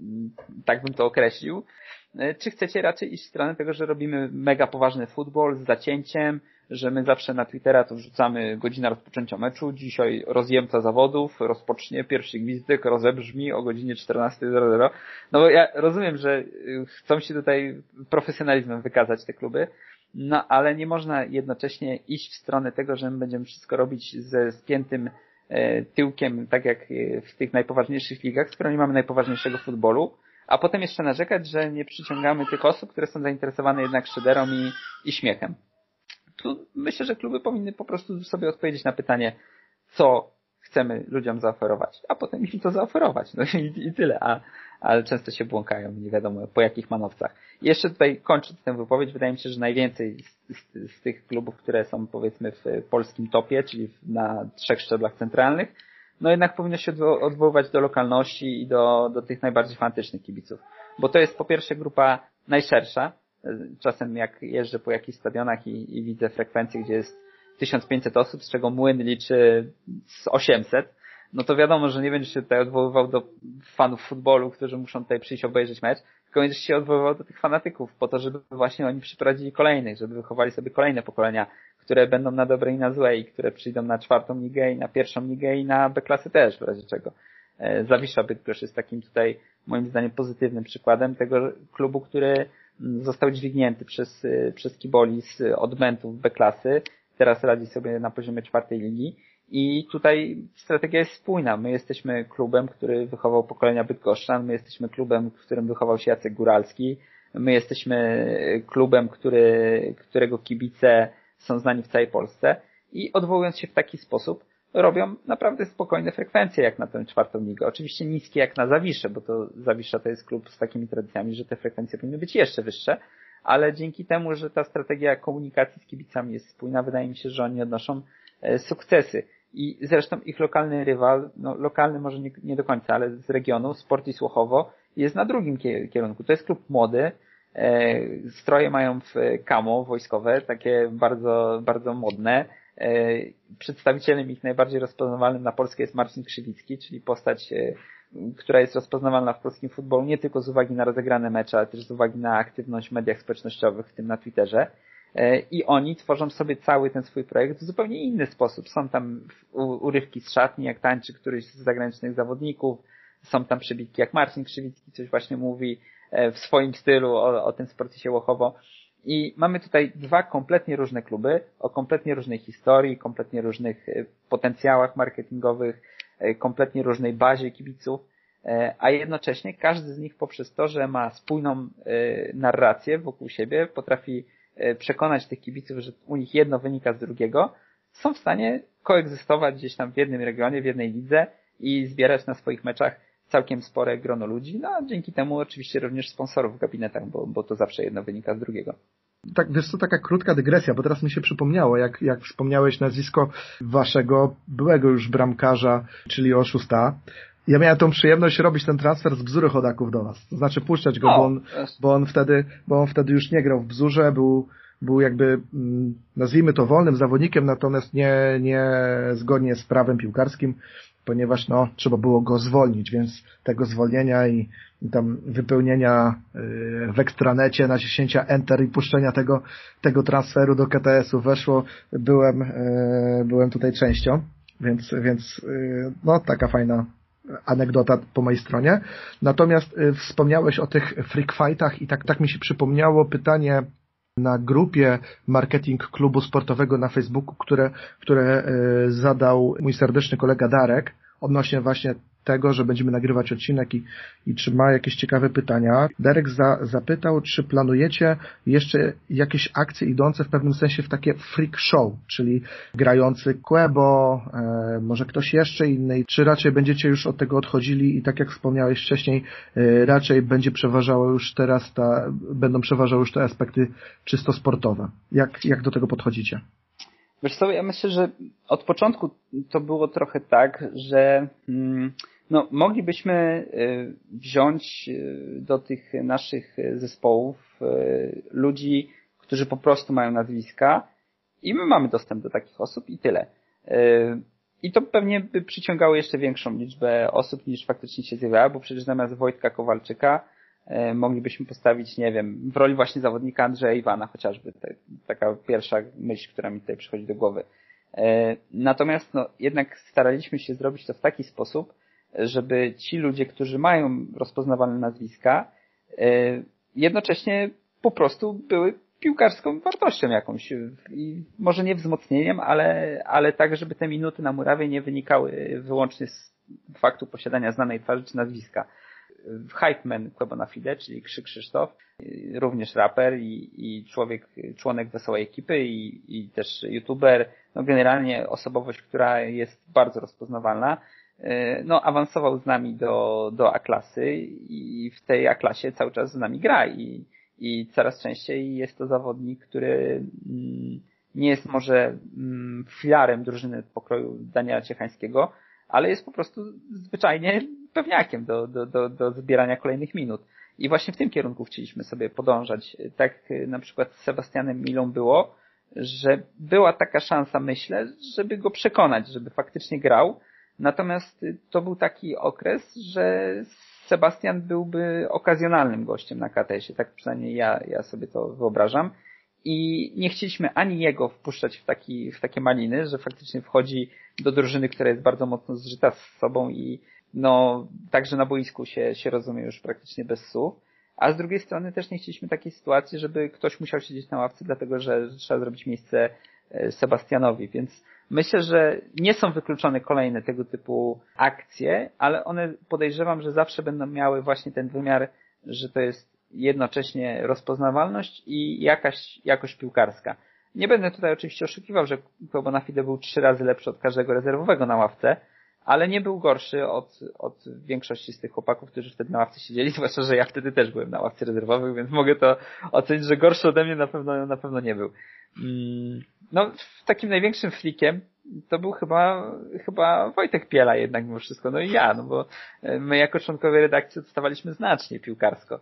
tak bym to określił, czy chcecie raczej iść w stronę tego, że robimy mega poważny futbol z zacięciem, że my zawsze na Twittera to wrzucamy godzina rozpoczęcia meczu, dzisiaj rozjemca zawodów, rozpocznie pierwszy gwizdek, rozebrzmi o godzinie czternasta zero zero. No bo ja rozumiem, że chcą się tutaj profesjonalizmem wykazać te kluby, no ale nie można jednocześnie iść w stronę tego, że my będziemy wszystko robić ze spiętym tyłkiem, tak jak w tych najpoważniejszych ligach, z którymi mamy najpoważniejszego futbolu, a potem jeszcze narzekać, że nie przyciągamy tych osób, które są zainteresowane jednak szyderą i, i śmiechem. Tu myślę, że kluby powinny po prostu sobie odpowiedzieć na pytanie, co chcemy ludziom zaoferować, a potem im to zaoferować. No i, i tyle, a, ale często się błąkają, nie wiadomo po jakich manowcach. I jeszcze tutaj kończąc tę wypowiedź, wydaje mi się, że najwięcej z, z, z tych klubów, które są powiedzmy w polskim topie, czyli na trzech szczeblach centralnych, no jednak powinno się odwoływać do lokalności i do, do tych najbardziej fanatycznych kibiców. Bo to jest po pierwsze grupa najszersza. Czasem jak jeżdżę po jakichś stadionach i, i widzę frekwencję, gdzie jest tysiąc pięćset osób, z czego Młyn liczy z osiemset, no to wiadomo, że nie będziesz się tutaj odwoływał do fanów futbolu, którzy muszą tutaj przyjść obejrzeć mecz, tylko będziesz się odwoływał do tych fanatyków po to, żeby właśnie oni przyprowadzili kolejnych, żeby wychowali sobie kolejne pokolenia, które będą na dobre i na złe i które przyjdą na czwartą ligę i na pierwszą ligę i na B-klasy też, w razie czego. Zawisza Bydgoszcz jest takim tutaj moim zdaniem pozytywnym przykładem tego klubu, który został dźwignięty przez, przez kiboli z odmętów B-klasy, teraz radzi sobie na poziomie czwartej ligi i tutaj strategia jest spójna. My jesteśmy klubem, który wychował pokolenia bydgoszczan, my jesteśmy klubem, w którym wychował się Jacek Góralski, my jesteśmy klubem, który, którego kibice są znani w całej Polsce i odwołując się w taki sposób robią naprawdę spokojne frekwencje jak na tę czwartą ligę. Oczywiście niskie jak na Zawiszę, bo to Zawisza to jest klub z takimi tradycjami, że te frekwencje powinny być jeszcze wyższe, ale dzięki temu, że ta strategia komunikacji z kibicami jest spójna, wydaje mi się, że oni odnoszą sukcesy. I zresztą ich lokalny rywal, no lokalny może nie, nie do końca, ale z regionu, Sportis Łochowo, jest na drugim kierunku. To jest klub młody, stroje mają w camo wojskowe, takie bardzo, bardzo modne. Przedstawicielem ich najbardziej rozpoznawalnym na Polskę jest Marcin Krzywicki, czyli postać, która jest rozpoznawalna w polskim futbolu nie tylko z uwagi na rozegrane mecze, ale też z uwagi na aktywność w mediach społecznościowych, w tym na Twitterze. I oni tworzą sobie cały ten swój projekt w zupełnie inny sposób. Są tam urywki z szatni, jak tańczy któryś z zagranicznych zawodników, są tam przebitki, jak Marcin Krzywicki coś właśnie mówi w swoim stylu o, o tym Sportisie Łochowo. I mamy tutaj dwa kompletnie różne kluby, o kompletnie różnej historii, kompletnie różnych potencjałach marketingowych, kompletnie różnej bazie kibiców, a jednocześnie każdy z nich poprzez to, że ma spójną narrację wokół siebie, potrafi przekonać tych kibiców, że u nich jedno wynika z drugiego, są w stanie koegzystować gdzieś tam w jednym regionie, w jednej lidze i zbierać na swoich meczach całkiem spore grono ludzi, no a dzięki temu oczywiście również sponsorów w gabinetach, bo, bo to zawsze jedno wynika z drugiego. Tak, wiesz co, taka krótka dygresja, bo teraz mi się przypomniało, jak, jak wspomniałeś nazwisko waszego byłego już bramkarza, czyli Oszusta. Ja miałem tą przyjemność robić ten transfer z Bzury Chodaków do nas. To znaczy puszczać go, o, bo, on, bo on wtedy, bo on wtedy już nie grał w Bzurze, był, był jakby, nazwijmy to wolnym zawodnikiem, natomiast nie, nie zgodnie z prawem piłkarskim, ponieważ no, trzeba było go zwolnić, więc tego zwolnienia i, i tam wypełnienia yy, w ekstranecie, naciśnięcia Enter i puszczenia tego, tego transferu do K T S-u weszło, byłem, yy, byłem tutaj częścią, więc, więc yy, no taka fajna anegdota po mojej stronie. Natomiast yy, wspomniałeś o tych freak fightach i tak, tak mi się przypomniało pytanie na grupie marketing klubu sportowego na Facebooku, które, które yy, zadał mój serdeczny kolega Darek odnośnie właśnie tego, że będziemy nagrywać odcinek i, i czy ma jakieś ciekawe pytania. Darek za, zapytał, czy planujecie jeszcze jakieś akcje idące w pewnym sensie w takie freak show, czyli grający Quebo, e, może ktoś jeszcze inny, czy raczej będziecie już od tego odchodzili i tak jak wspomniałeś wcześniej, e, raczej będzie przeważało już teraz ta, będą przeważały już te aspekty czysto sportowe. Jak, jak do tego podchodzicie? Wiesz co, ja myślę, że od początku to było trochę tak, że no, moglibyśmy wziąć do tych naszych zespołów ludzi, którzy po prostu mają nazwiska i my mamy dostęp do takich osób i tyle. I to pewnie by przyciągało jeszcze większą liczbę osób niż faktycznie się zjawiała, bo przecież zamiast Wojtka Kowalczyka moglibyśmy postawić, nie wiem, w roli właśnie zawodnika Andrzeja Iwana chociażby. Taka pierwsza myśl, która mi tutaj przychodzi do głowy. Natomiast no, jednak staraliśmy się zrobić to w taki sposób, żeby ci ludzie, którzy mają rozpoznawalne nazwiska, jednocześnie po prostu były piłkarską wartością jakąś. I może nie wzmocnieniem, ale, ale tak, żeby te minuty na murawie nie wynikały wyłącznie z faktu posiadania znanej twarzy czy nazwiska. Hype Man Kłębona Fide, czyli Krzy Krzysztof, również raper i, i człowiek, członek wesołej ekipy i, i też youtuber, no generalnie osobowość, która jest bardzo rozpoznawalna, no awansował z nami do, do A-klasy i w tej A-klasie cały czas z nami gra i, i coraz częściej jest to zawodnik, który nie jest może filarem drużyny pokroju Daniela Ciechańskiego, ale jest po prostu zwyczajnie pewniakiem do, do, do, do zbierania kolejnych minut. I właśnie w tym kierunku chcieliśmy sobie podążać. Tak na przykład z Sebastianem Milą było, że była taka szansa, myślę, żeby go przekonać, żeby faktycznie grał. Natomiast to był taki okres, że Sebastian byłby okazjonalnym gościem na K T S-ie. Tak przynajmniej ja, ja sobie to wyobrażam. I nie chcieliśmy ani jego wpuszczać w, taki, w takie maliny, że faktycznie wchodzi do drużyny, która jest bardzo mocno zżyta z sobą i no także na boisku się, się rozumie już praktycznie bez słów. A z drugiej strony też nie chcieliśmy takiej sytuacji, żeby ktoś musiał siedzieć na ławce, dlatego że trzeba zrobić miejsce Sebastianowi. Więc myślę, że nie są wykluczone kolejne tego typu akcje, ale one podejrzewam, że zawsze będą miały właśnie ten wymiar, że to jest jednocześnie rozpoznawalność i jakaś jakość piłkarska. Nie będę tutaj oczywiście oszukiwał, że Kłębona Fide był trzy razy lepszy od każdego rezerwowego na ławce, ale nie był gorszy od, od większości z tych chłopaków, którzy wtedy na ławce siedzieli, zwłaszcza, że ja wtedy też byłem na ławce rezerwowych, więc mogę to ocenić, że gorszy ode mnie na pewno, na pewno nie był. No, takim największym flikiem to był chyba, chyba Wojtek Piela jednak mimo wszystko, no i ja, no bo my jako członkowie redakcji odstawaliśmy znacznie piłkarsko.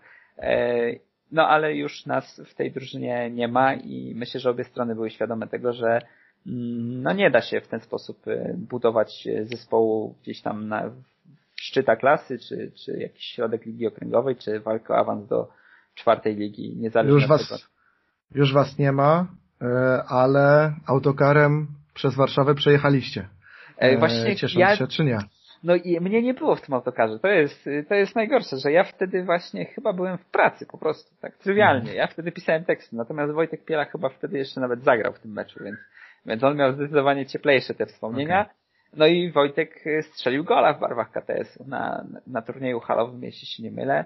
No ale już nas w tej drużynie nie ma i myślę, że obie strony były świadome tego, że no nie da się w ten sposób budować zespołu gdzieś tam na szczyta klasy, czy, czy jakiś środek ligi okręgowej, czy walkę o awans do czwartej ligi, niezależnie już od was, tego. Już was nie ma, ale autokarem przez Warszawę przejechaliście. Właśnie Ciesząc ja... się, czy nie? No i mnie nie było w tym autokarze. To jest, to jest najgorsze, że ja wtedy właśnie chyba byłem w pracy po prostu, tak trywialnie. Ja wtedy pisałem teksty, natomiast Wojtek Piela chyba wtedy jeszcze nawet zagrał w tym meczu, więc, więc on miał zdecydowanie cieplejsze te wspomnienia. Okay. No i Wojtek strzelił gola w barwach K T S-u na, na turnieju halowym, jeśli się nie mylę.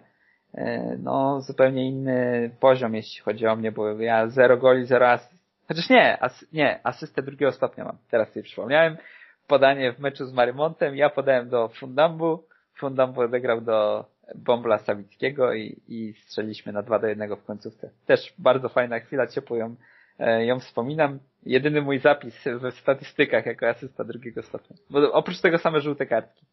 No zupełnie inny poziom, jeśli chodzi o mnie, bo ja zero goli, zero asyst. Chociaż nie, as, nie, asystę drugiego stopnia mam. Teraz sobie przypomniałem. Podanie w meczu z Marymontem, ja podałem do Fundambu, Fundambu odegrał do Bombla Sawickiego i, i strzeliśmy na dwa do jednego w końcówce. Też bardzo fajna chwila, ciepło ją, ją wspominam. Jedyny mój zapis we statystykach jako asysta drugiego stopnia. Bo oprócz tego same żółte kartki.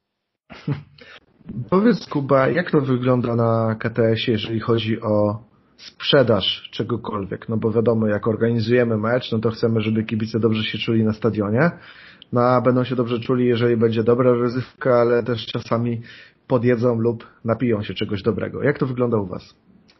Powiedz, Kuba, jak to wygląda na K T S-ie, jeżeli chodzi o sprzedaż czegokolwiek? No bo wiadomo, jak organizujemy mecz, no to chcemy, żeby kibice dobrze się czuli na stadionie. No a będą się dobrze czuli, jeżeli będzie dobra rozrywka, ale też czasami podjedzą lub napiją się czegoś dobrego. Jak to wygląda u was?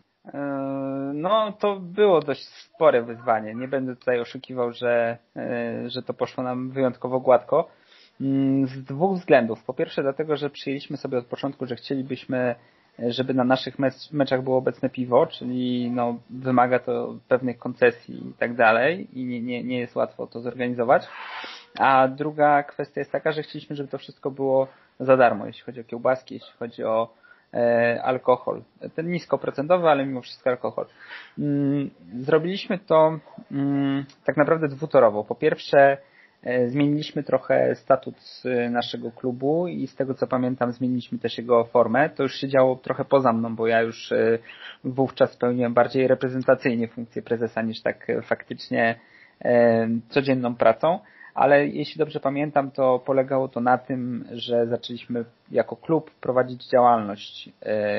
No to było dość spore wyzwanie. Nie będę tutaj oszukiwał, że, że to poszło nam wyjątkowo gładko. Z dwóch względów. Po pierwsze dlatego, że przyjęliśmy sobie od początku, że chcielibyśmy, żeby na naszych mecz, meczach było obecne piwo, czyli no, wymaga to pewnych koncesji i tak dalej i nie, nie, nie jest łatwo to zorganizować. A druga kwestia jest taka, że chcieliśmy, żeby to wszystko było za darmo, jeśli chodzi o kiełbaski, jeśli chodzi o e, alkohol. Ten niskoprocentowy, ale mimo wszystko alkohol. Mm, zrobiliśmy to mm, tak naprawdę dwutorowo. Po pierwsze e, zmieniliśmy trochę statut naszego klubu i z tego co pamiętam zmieniliśmy też jego formę. To już się działo trochę poza mną, bo ja już e, wówczas pełniłem bardziej reprezentacyjnie funkcję prezesa niż tak faktycznie codzienną pracą, ale jeśli dobrze pamiętam, to polegało to na tym, że zaczęliśmy jako klub prowadzić działalność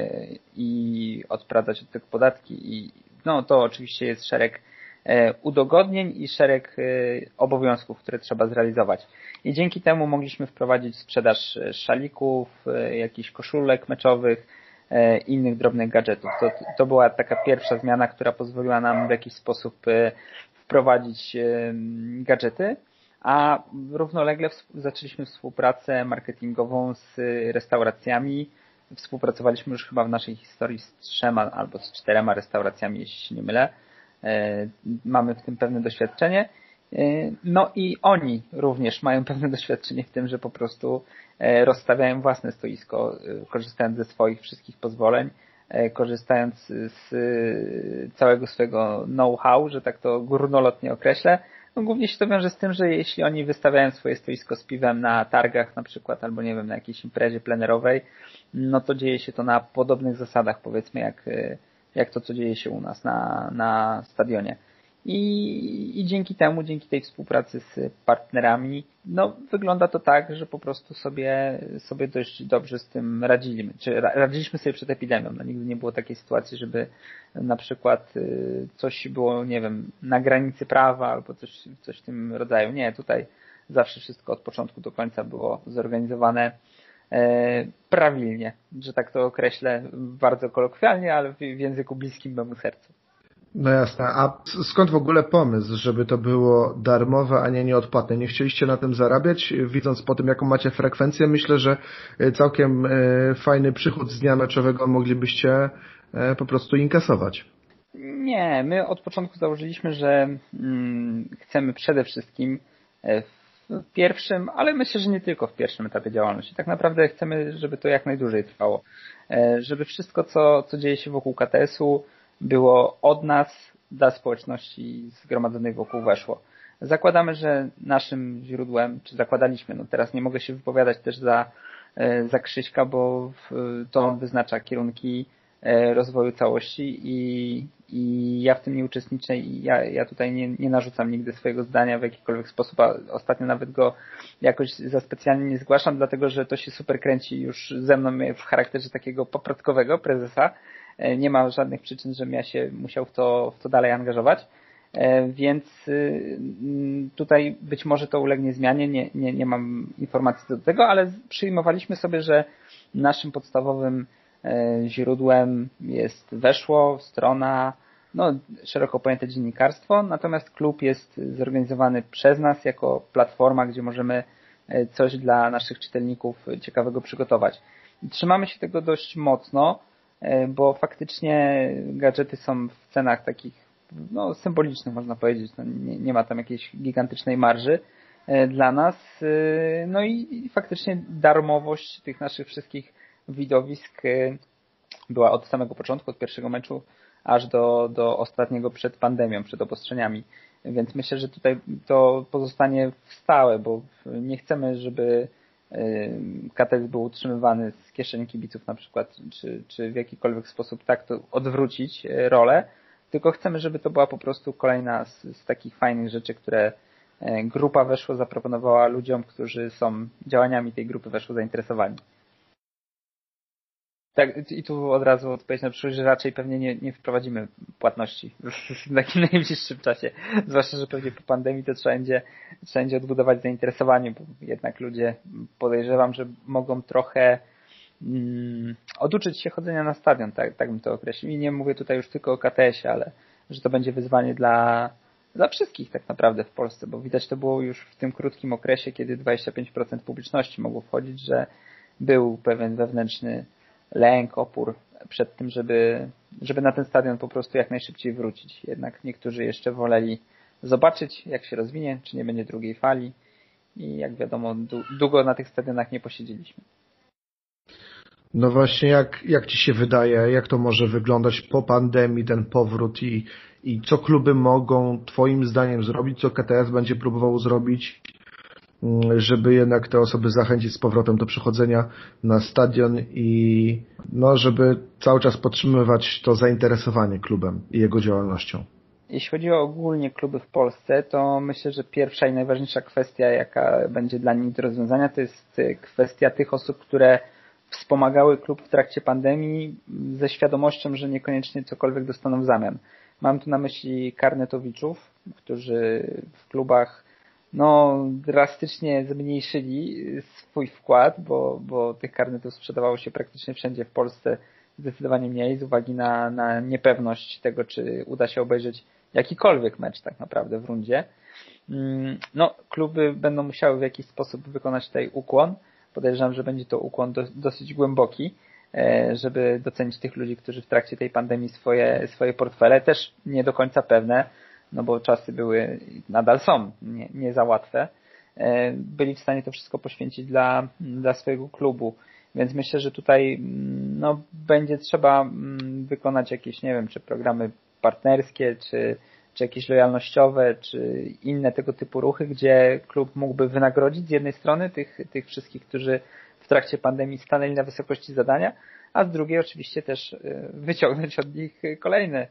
i odprowadzać od tego podatki i no to oczywiście jest szereg udogodnień i szereg obowiązków, które trzeba zrealizować. I dzięki temu mogliśmy wprowadzić sprzedaż szalików, jakichś koszulek meczowych, innych drobnych gadżetów. To, to była taka pierwsza zmiana, która pozwoliła nam w jakiś sposób wprowadzić gadżety, a równolegle zaczęliśmy współpracę marketingową z restauracjami. Współpracowaliśmy już chyba w naszej historii z trzema albo z czterema restauracjami, jeśli się nie mylę. Mamy w tym pewne doświadczenie. No i oni również mają pewne doświadczenie w tym, że po prostu rozstawiają własne stoisko, korzystając ze swoich wszystkich pozwoleń, korzystając z całego swojego know-how, że tak to górnolotnie określę. No głównie się to wiąże z tym, że jeśli oni wystawiają swoje stoisko z piwem na targach na przykład, albo nie wiem, na jakiejś imprezie plenerowej, no to dzieje się to na podobnych zasadach, powiedzmy, jak, jak to, co dzieje się u nas na, na stadionie. I, I dzięki temu, dzięki tej współpracy z partnerami, no wygląda to tak, że po prostu sobie, sobie dość dobrze z tym radziliśmy. Czy radziliśmy sobie przed epidemią. No, nigdy nie było takiej sytuacji, żeby na przykład coś było, nie wiem, na granicy prawa albo coś, coś w tym rodzaju. Nie, tutaj zawsze wszystko od początku do końca było zorganizowane e, prawilnie, że tak to określę bardzo kolokwialnie, ale w, w języku bliskim memu sercu. No jasne. A skąd w ogóle pomysł, żeby to było darmowe, a nie nieodpłatne? Nie chcieliście na tym zarabiać? Widząc po tym, jaką macie frekwencję, myślę, że całkiem fajny przychód z dnia meczowego moglibyście po prostu inkasować. Nie, my od początku założyliśmy, że mm, chcemy przede wszystkim w pierwszym, ale myślę, że nie tylko w pierwszym etapie działalności. Tak naprawdę chcemy, żeby to jak najdłużej trwało. Żeby wszystko, co, co dzieje się wokół K T S-u, było od nas dla społeczności zgromadzonej wokół Weszło. Zakładamy, że naszym źródłem, czy zakładaliśmy, no teraz nie mogę się wypowiadać też za, za Krzyśka, bo to on wyznacza kierunki rozwoju całości i, i ja w tym nie uczestniczę i ja, ja tutaj nie, nie narzucam nigdy swojego zdania w jakikolwiek sposób, a ostatnio nawet go jakoś za specjalnie nie zgłaszam, dlatego że to się super kręci już ze mną w charakterze takiego poprotkowego prezesa. Nie ma żadnych przyczyn, żebym ja się musiał w to, w to dalej angażować, więc tutaj być może to ulegnie zmianie, nie, nie, nie mam informacji do tego, ale przyjmowaliśmy sobie, że naszym podstawowym źródłem jest Weszło, strona, no szeroko pojęte dziennikarstwo, natomiast klub jest zorganizowany przez nas jako platforma, gdzie możemy coś dla naszych czytelników ciekawego przygotować. Trzymamy się tego dość mocno, bo faktycznie gadżety są w cenach takich no, symbolicznych, można powiedzieć. No, nie, nie ma tam jakiejś gigantycznej marży dla nas. No i faktycznie darmowość tych naszych wszystkich widowisk była od samego początku, od pierwszego meczu aż do, do ostatniego przed pandemią, przed obostrzeniami. Więc myślę, że tutaj to pozostanie w stałe, bo nie chcemy, żeby K T S był utrzymywany z kieszeni kibiców na przykład, czy, czy w jakikolwiek sposób tak to odwrócić rolę, tylko chcemy, żeby to była po prostu kolejna z, z takich fajnych rzeczy, które grupa Weszło zaproponowała ludziom, którzy są działaniami tej grupy Weszło zainteresowani. Tak, i tu od razu odpowiedź na przyszłość, że raczej pewnie nie, nie wprowadzimy płatności w takim najbliższym czasie. Zwłaszcza, że pewnie po pandemii to trzeba będzie, trzeba będzie odbudować zainteresowanie, bo jednak ludzie podejrzewam, że mogą trochę mm, oduczyć się chodzenia na stadion, tak, tak bym to określił. I nie mówię tutaj już tylko o K T S-ie, ale że to będzie wyzwanie dla, dla wszystkich tak naprawdę w Polsce, bo widać to było już w tym krótkim okresie, kiedy dwadzieścia pięć procent publiczności mogło wchodzić, że był pewien wewnętrzny lęk, opór przed tym, żeby, żeby na ten stadion po prostu jak najszybciej wrócić. Jednak niektórzy jeszcze woleli zobaczyć, jak się rozwinie, czy nie będzie drugiej fali i jak wiadomo, długo na tych stadionach nie posiedzieliśmy. No właśnie, jak, jak Ci się wydaje, jak to może wyglądać po pandemii, ten powrót i, i co kluby mogą Twoim zdaniem zrobić, co K T S będzie próbował zrobić, żeby jednak te osoby zachęcić z powrotem do przychodzenia na stadion i no, żeby cały czas podtrzymywać to zainteresowanie klubem i jego działalnością. Jeśli chodzi o ogólnie kluby w Polsce, to myślę, że pierwsza i najważniejsza kwestia, jaka będzie dla nich do rozwiązania, to jest kwestia tych osób, które wspomagały klub w trakcie pandemii ze świadomością, że niekoniecznie cokolwiek dostaną w zamian. Mam tu na myśli karnetowiczów, którzy w klubach no, drastycznie zmniejszyli swój wkład, bo, bo tych karnetów sprzedawało się praktycznie wszędzie w Polsce zdecydowanie mniej z uwagi na, na niepewność tego, czy uda się obejrzeć jakikolwiek mecz tak naprawdę w rundzie. No, kluby będą musiały w jakiś sposób wykonać tutaj ukłon. Podejrzewam, że będzie to ukłon do, dosyć głęboki, żeby docenić tych ludzi, którzy w trakcie tej pandemii swoje, swoje portfele, też nie do końca pewne, no bo czasy były, nadal są, nie, nie za łatwe, byli w stanie to wszystko poświęcić dla, dla swojego klubu. Więc myślę, że tutaj no, będzie trzeba wykonać jakieś, nie wiem, czy programy partnerskie, czy, czy jakieś lojalnościowe, czy inne tego typu ruchy, gdzie klub mógłby wynagrodzić z jednej strony tych, tych wszystkich, którzy w trakcie pandemii stanęli na wysokości zadania, a z drugiej oczywiście też wyciągnąć od nich kolejne,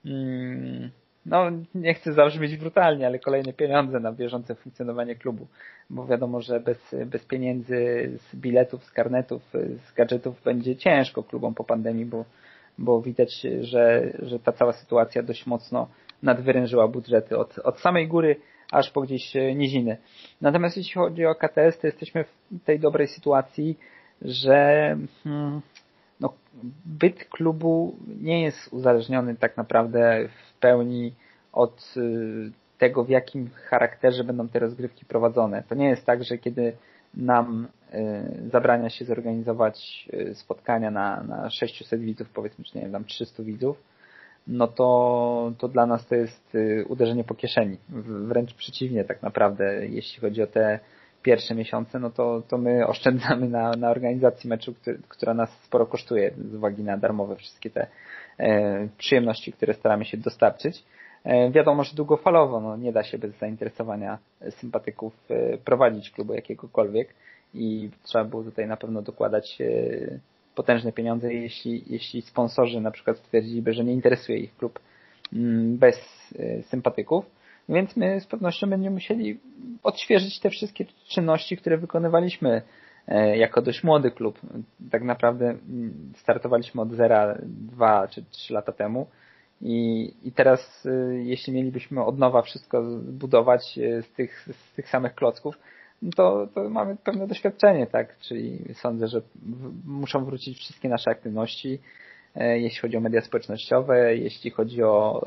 no nie chcę zabrzmieć brutalnie, ale kolejne pieniądze na bieżące funkcjonowanie klubu, bo wiadomo, że bez, bez pieniędzy, z biletów, z karnetów, z gadżetów będzie ciężko klubom po pandemii, bo, bo widać, że, że ta cała sytuacja dość mocno nadwyrężyła budżety od, od samej góry aż po gdzieś niziny. Natomiast jeśli chodzi o K T S, to jesteśmy w tej dobrej sytuacji, że hmm, no, byt klubu nie jest uzależniony tak naprawdę w pełni od tego, w jakim charakterze będą te rozgrywki prowadzone. To nie jest tak, że kiedy nam zabrania się zorganizować spotkania na, na sześciuset widzów, powiedzmy, czy nie wiem, tam trzystu widzów, no to, to dla nas to jest uderzenie po kieszeni. Wręcz przeciwnie tak naprawdę, jeśli chodzi o te pierwsze miesiące, no to, to my oszczędzamy na, na organizacji meczu, który, która nas sporo kosztuje z uwagi na darmowe wszystkie te e, przyjemności, które staramy się dostarczyć. E, wiadomo, że długofalowo no, nie da się bez zainteresowania sympatyków e, prowadzić klubu jakiegokolwiek i trzeba było tutaj na pewno dokładać e, potężne pieniądze, jeśli, jeśli sponsorzy na przykład stwierdziliby, że nie interesuje ich klub m, bez e, sympatyków. Więc my z pewnością będziemy musieli odświeżyć te wszystkie czynności, które wykonywaliśmy jako dość młody klub. Tak naprawdę startowaliśmy od zera dwa czy trzy lata temu i, i teraz jeśli mielibyśmy od nowa wszystko budować z tych, z tych samych klocków, to, to mamy pewne doświadczenie, tak? Czyli sądzę, że w, muszą wrócić wszystkie nasze aktywności, jeśli chodzi o media społecznościowe, jeśli chodzi o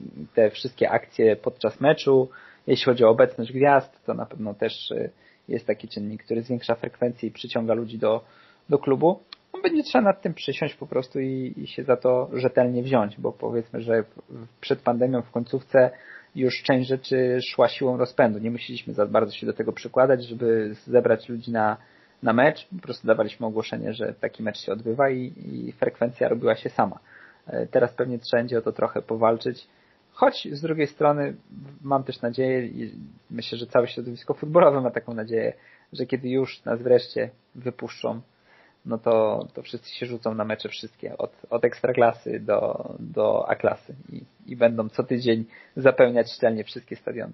te wszystkie akcje podczas meczu, jeśli chodzi o obecność gwiazd, to na pewno też jest taki czynnik, który zwiększa frekwencję i przyciąga ludzi do, do klubu. No, będzie trzeba nad tym przysiąść po prostu i, i się za to rzetelnie wziąć, bo powiedzmy, że przed pandemią w końcówce już część rzeczy szła siłą rozpędu. Nie musieliśmy za bardzo się do tego przykładać, żeby zebrać ludzi na na mecz, po prostu dawaliśmy ogłoszenie, że taki mecz się odbywa i, i frekwencja robiła się sama. Teraz pewnie trzeba będzie o to trochę powalczyć, choć z drugiej strony mam też nadzieję i myślę, że całe środowisko futbolowe ma taką nadzieję, że kiedy już nas wreszcie wypuszczą, no to, to wszyscy się rzucą na mecze wszystkie, od, od ekstraklasy do, do A-klasy i, i będą co tydzień zapełniać szczelnie wszystkie stadiony.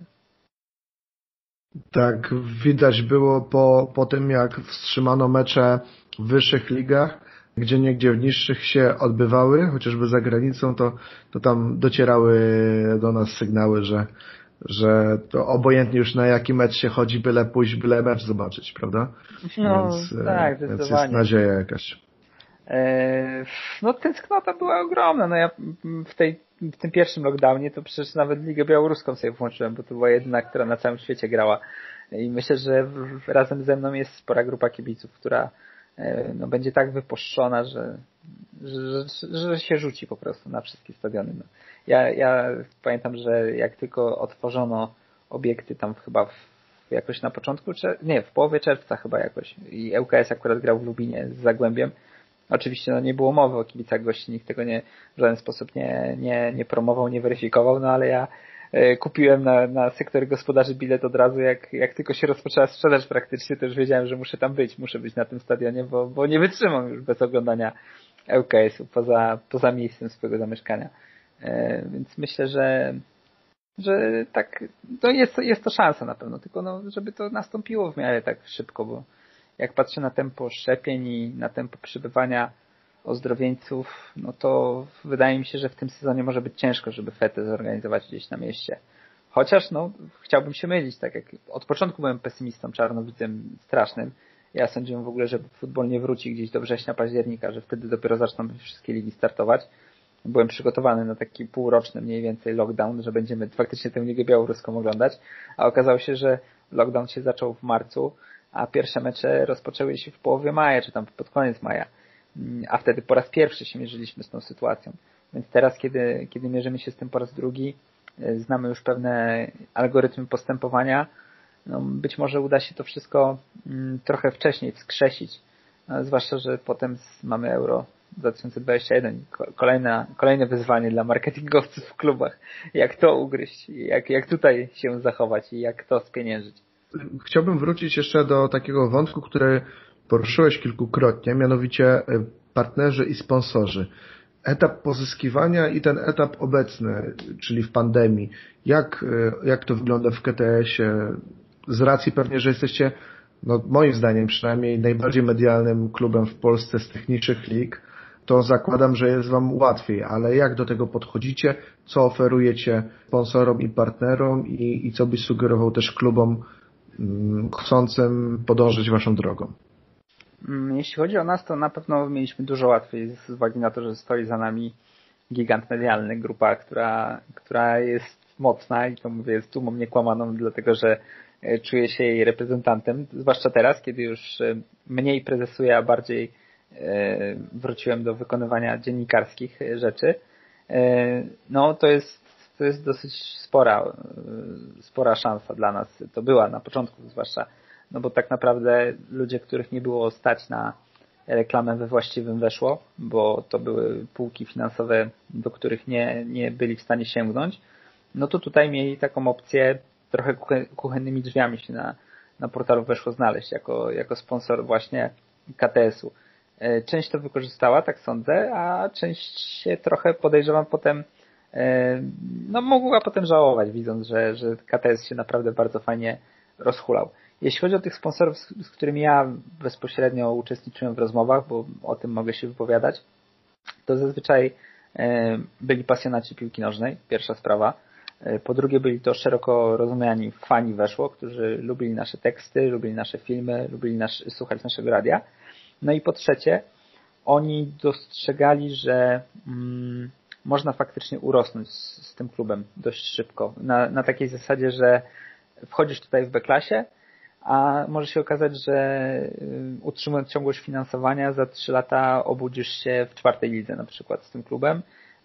Tak, widać było po, po tym, jak wstrzymano mecze w wyższych ligach, gdzie niegdzie w niższych się odbywały, chociażby za granicą, to, to tam docierały do nas sygnały, że, że to obojętnie już na jaki mecz się chodzi, byle pójść, byle mecz zobaczyć, prawda? No więc, tak, więc zdecydowanie. jest nadzieja jakaś. No tęsknota była ogromna. No ja w, tej, w tym pierwszym lockdownie to przecież nawet Ligę Białoruską sobie włączyłem, bo to była jedyna, która na całym świecie grała. I myślę, że w, razem ze mną jest spora grupa kibiców, która no, będzie tak wypuszczona, że, że, że, że się rzuci po prostu na wszystkie stadiony. No. Ja, ja pamiętam, że jak tylko otworzono obiekty tam chyba w, jakoś na początku, nie, w połowie czerwca chyba jakoś i L K S akurat grał w Lubinie z Zagłębiem. Oczywiście no, nie było mowy o kibicach gości, nikt tego nie, w żaden sposób nie, nie, nie promował, nie weryfikował, no ale ja e, kupiłem na, na sektor gospodarzy bilet od razu, jak, jak tylko się rozpoczęła sprzedaż praktycznie, to już wiedziałem, że muszę tam być, muszę być na tym stadionie, bo, bo nie wytrzymam już bez oglądania L K S-u poza, poza miejscem swojego zamieszkania. E, więc myślę, że że tak, to jest, jest to szansa na pewno, tylko no, żeby to nastąpiło w miarę tak szybko, bo jak patrzę na tempo szczepień i na tempo przybywania ozdrowieńców, no to wydaje mi się, że w tym sezonie może być ciężko, żeby fetę zorganizować gdzieś na mieście. Chociaż no, chciałbym się mylić, tak jak od początku byłem pesymistą, czarnowidzem strasznym. Ja sądziłem w ogóle, że futbol nie wróci gdzieś do września, października, że wtedy dopiero zaczną wszystkie ligi startować. Byłem przygotowany na taki półroczny mniej więcej lockdown, że będziemy faktycznie tę ligę białoruską oglądać, a okazało się, że lockdown się zaczął w marcu, a pierwsze mecze rozpoczęły się w połowie maja, czy tam pod koniec maja. A wtedy po raz pierwszy się mierzyliśmy z tą sytuacją. Więc teraz, kiedy, kiedy mierzymy się z tym po raz drugi, znamy już pewne algorytmy postępowania, no być może uda się to wszystko trochę wcześniej wskrzesić, no, zwłaszcza, że potem mamy Euro dwa tysiące dwudziesty jeden, kolejne, kolejne wyzwanie dla marketingowców w klubach. Jak to ugryźć, jak, jak tutaj się zachować i jak to spieniężyć. Chciałbym wrócić jeszcze do takiego wątku, który poruszyłeś kilkukrotnie, mianowicie partnerzy i sponsorzy. Etap pozyskiwania i ten etap obecny, czyli w pandemii. Jak, jak to wygląda w K T S-ie? Z racji pewnie, że jesteście, no moim zdaniem przynajmniej, najbardziej medialnym klubem w Polsce z tych niższych lig, to zakładam, że jest Wam łatwiej, ale jak do tego podchodzicie? Co oferujecie sponsorom i partnerom i, i co byś sugerował też klubom mm, chcącym podążyć Waszą drogą? Jeśli chodzi o nas, to na pewno mieliśmy dużo łatwiej z uwagi na to, że stoi za nami gigant medialny, grupa, która, która jest mocna i to mówię, jest dumą niekłamaną, dlatego że czuję się jej reprezentantem, zwłaszcza teraz, kiedy już mniej prezesuję, a bardziej wróciłem do wykonywania dziennikarskich rzeczy. No to jest, to jest dosyć spora, spora szansa dla nas. To była na początku zwłaszcza, no bo tak naprawdę ludzie, których nie było stać na reklamę we właściwym weszło, bo to były półki finansowe, do których nie, nie byli w stanie sięgnąć, no to tutaj mieli taką opcję trochę kuchennymi drzwiami się na, na portalu weszło znaleźć jako, jako sponsor właśnie K T S-u. Część to wykorzystała, tak sądzę, a część się trochę podejrzewam potem, no mogła potem żałować, widząc, że, że K T S się naprawdę bardzo fajnie rozhulał. Jeśli chodzi o tych sponsorów, z którymi ja bezpośrednio uczestniczyłem w rozmowach, bo o tym mogę się wypowiadać, to zazwyczaj byli pasjonaci piłki nożnej, pierwsza sprawa. Po drugie byli to szeroko rozumiani fani weszło, którzy lubili nasze teksty, lubili nasze filmy, lubili nasz, słuchać naszego radia. No i po trzecie, oni dostrzegali, że mm, można faktycznie urosnąć z, z tym klubem dość szybko. Na, na takiej zasadzie, że wchodzisz tutaj w B-klasie, a może się okazać, że utrzymując ciągłość finansowania za trzy lata obudzisz się w czwartej lidze na przykład z tym klubem,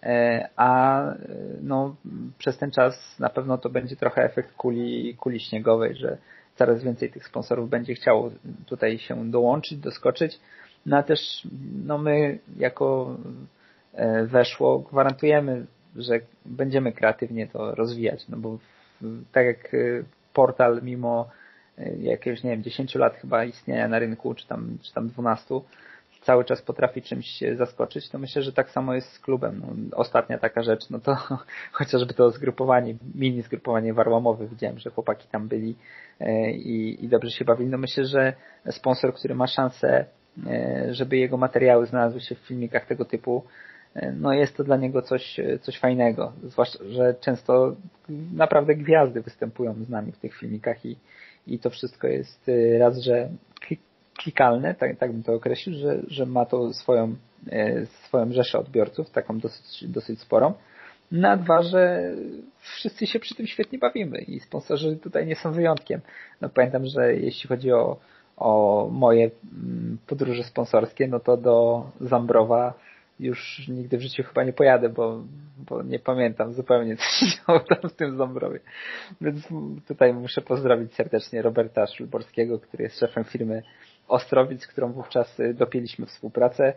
a no, przez ten czas na pewno to będzie trochę efekt kuli, kuli śniegowej, że coraz więcej tych sponsorów będzie chciało tutaj się dołączyć, doskoczyć. No a też no my jako weszło gwarantujemy, że będziemy kreatywnie to rozwijać, no bo tak jak portal mimo jakiegoś, nie wiem, dziesięciu lat chyba istnienia na rynku, czy tam, czy tam dwunastu, cały czas potrafi czymś zaskoczyć, to myślę, że tak samo jest z klubem. No, ostatnia taka rzecz, no to chociażby to zgrupowanie, mini zgrupowanie warłamowe, widziałem, że chłopaki tam byli i, i dobrze się bawili. No myślę, że sponsor, który ma szansę, żeby jego materiały znalazły się w filmikach tego typu, no jest to dla niego coś, coś fajnego. Zwłaszcza, że często naprawdę gwiazdy występują z nami w tych filmikach i, i to wszystko jest raz, że klikalne, tak, tak bym to określił, że, że ma to swoją, swoją rzeszę odbiorców, taką dosyć, dosyć sporą. Na dwa, że wszyscy się przy tym świetnie bawimy i sponsorzy tutaj nie są wyjątkiem. No pamiętam, że jeśli chodzi o, o moje podróże sponsorskie, no to do Zambrowa już nigdy w życiu chyba nie pojadę, bo, bo nie pamiętam zupełnie, co się działo tam w tym Zambrowie. Więc tutaj muszę pozdrowić serdecznie Roberta Szulborskiego, który jest szefem firmy Ostrowic, z którą wówczas dopięliśmy współpracę.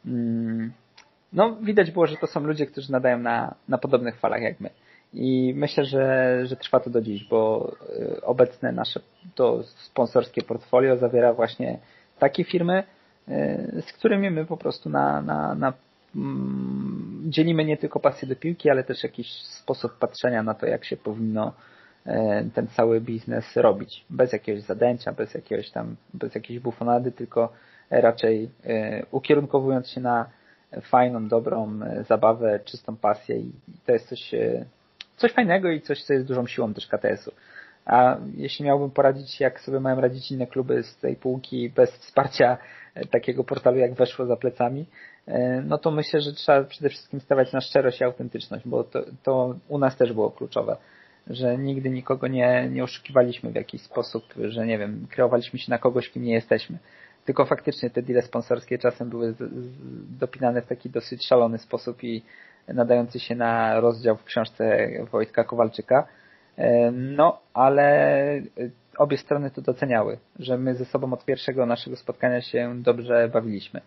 No, widać było, że to są ludzie, którzy nadają na, na podobnych falach jak my. I myślę, że, że trwa to do dziś, bo obecne nasze to sponsorskie portfolio zawiera właśnie takie firmy, z którymi my po prostu na, na, na mm, dzielimy nie tylko pasję do piłki, ale też jakiś sposób patrzenia na to, jak się powinno ten cały biznes robić. Bez jakiegoś zadęcia, bez jakiegoś tam, bez jakiejś bufonady, tylko raczej ukierunkowując się na fajną, dobrą zabawę, czystą pasję i to jest coś, coś fajnego i coś, co jest dużą siłą też K T S-u. A jeśli miałbym poradzić, jak sobie mają radzić inne kluby z tej półki bez wsparcia takiego portalu jak Weszło za plecami, no to myślę, że trzeba przede wszystkim stawiać na szczerość i autentyczność, bo to, to u nas też było kluczowe, że nigdy nikogo nie, nie oszukiwaliśmy w jakiś sposób, że nie wiem, kreowaliśmy się na kogoś, kim nie jesteśmy. Tylko faktycznie te deale sponsorskie czasem były z, z, dopinane w taki dosyć szalony sposób i nadający się na rozdział w książce Wojtka Kowalczyka. No, ale obie strony to doceniały, że my ze sobą od pierwszego naszego spotkania się dobrze bawiliśmy.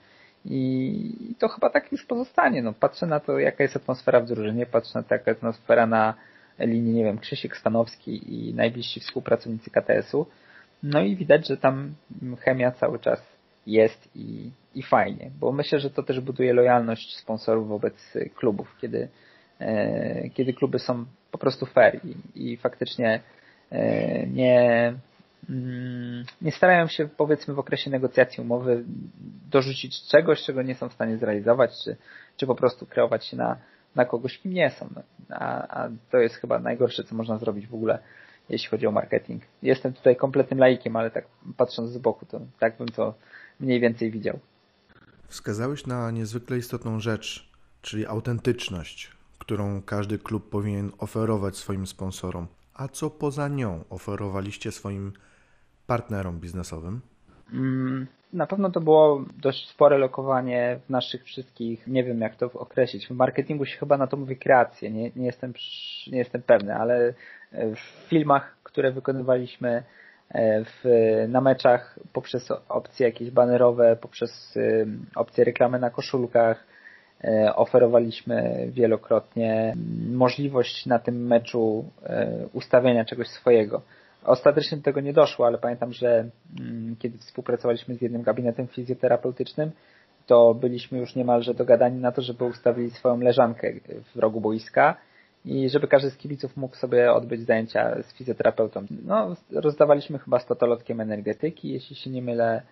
I to chyba tak już pozostanie. No, patrzę na to, jaka jest atmosfera w drużynie, patrzę na to, jaka jest atmosfera na linii, nie wiem, Krzysiek Stanowski i najbliżsi współpracownicy K T S-u. No i widać, że tam chemia cały czas jest i, i fajnie, bo myślę, że to też buduje lojalność sponsorów wobec klubów, kiedy, e, kiedy kluby są po prostu fair i, i faktycznie e, nie, mm, nie starają się, powiedzmy, w okresie negocjacji umowy dorzucić czegoś, czego nie są w stanie zrealizować, czy, czy po prostu kreować się na, na kogoś, kim nie są. A, a to jest chyba najgorsze, co można zrobić w ogóle, jeśli chodzi o marketing. Jestem tutaj kompletnym laikiem, ale tak patrząc z boku, to tak bym to mniej więcej widział. Wskazałeś na niezwykle istotną rzecz, czyli autentyczność, którą każdy klub powinien oferować swoim sponsorom. A co poza nią oferowaliście swoim partnerom biznesowym? Mm, na pewno to było dość spore lokowanie w naszych wszystkich, nie wiem jak to określić, w marketingu się chyba na to mówi kreacje, nie, nie, jestem, nie jestem pewny, ale w filmach, które wykonywaliśmy w, na meczach poprzez opcje jakieś banerowe, poprzez opcje reklamy na koszulkach, oferowaliśmy wielokrotnie możliwość na tym meczu ustawienia czegoś swojego. Ostatecznie do tego nie doszło, ale pamiętam, że kiedy współpracowaliśmy z jednym gabinetem fizjoterapeutycznym, to byliśmy już niemalże dogadani na to, żeby ustawili swoją leżankę w rogu boiska i żeby każdy z kibiców mógł sobie odbyć zajęcia z fizjoterapeutą. No, rozdawaliśmy chyba stotolotkiem energetyki, jeśli się nie mylę.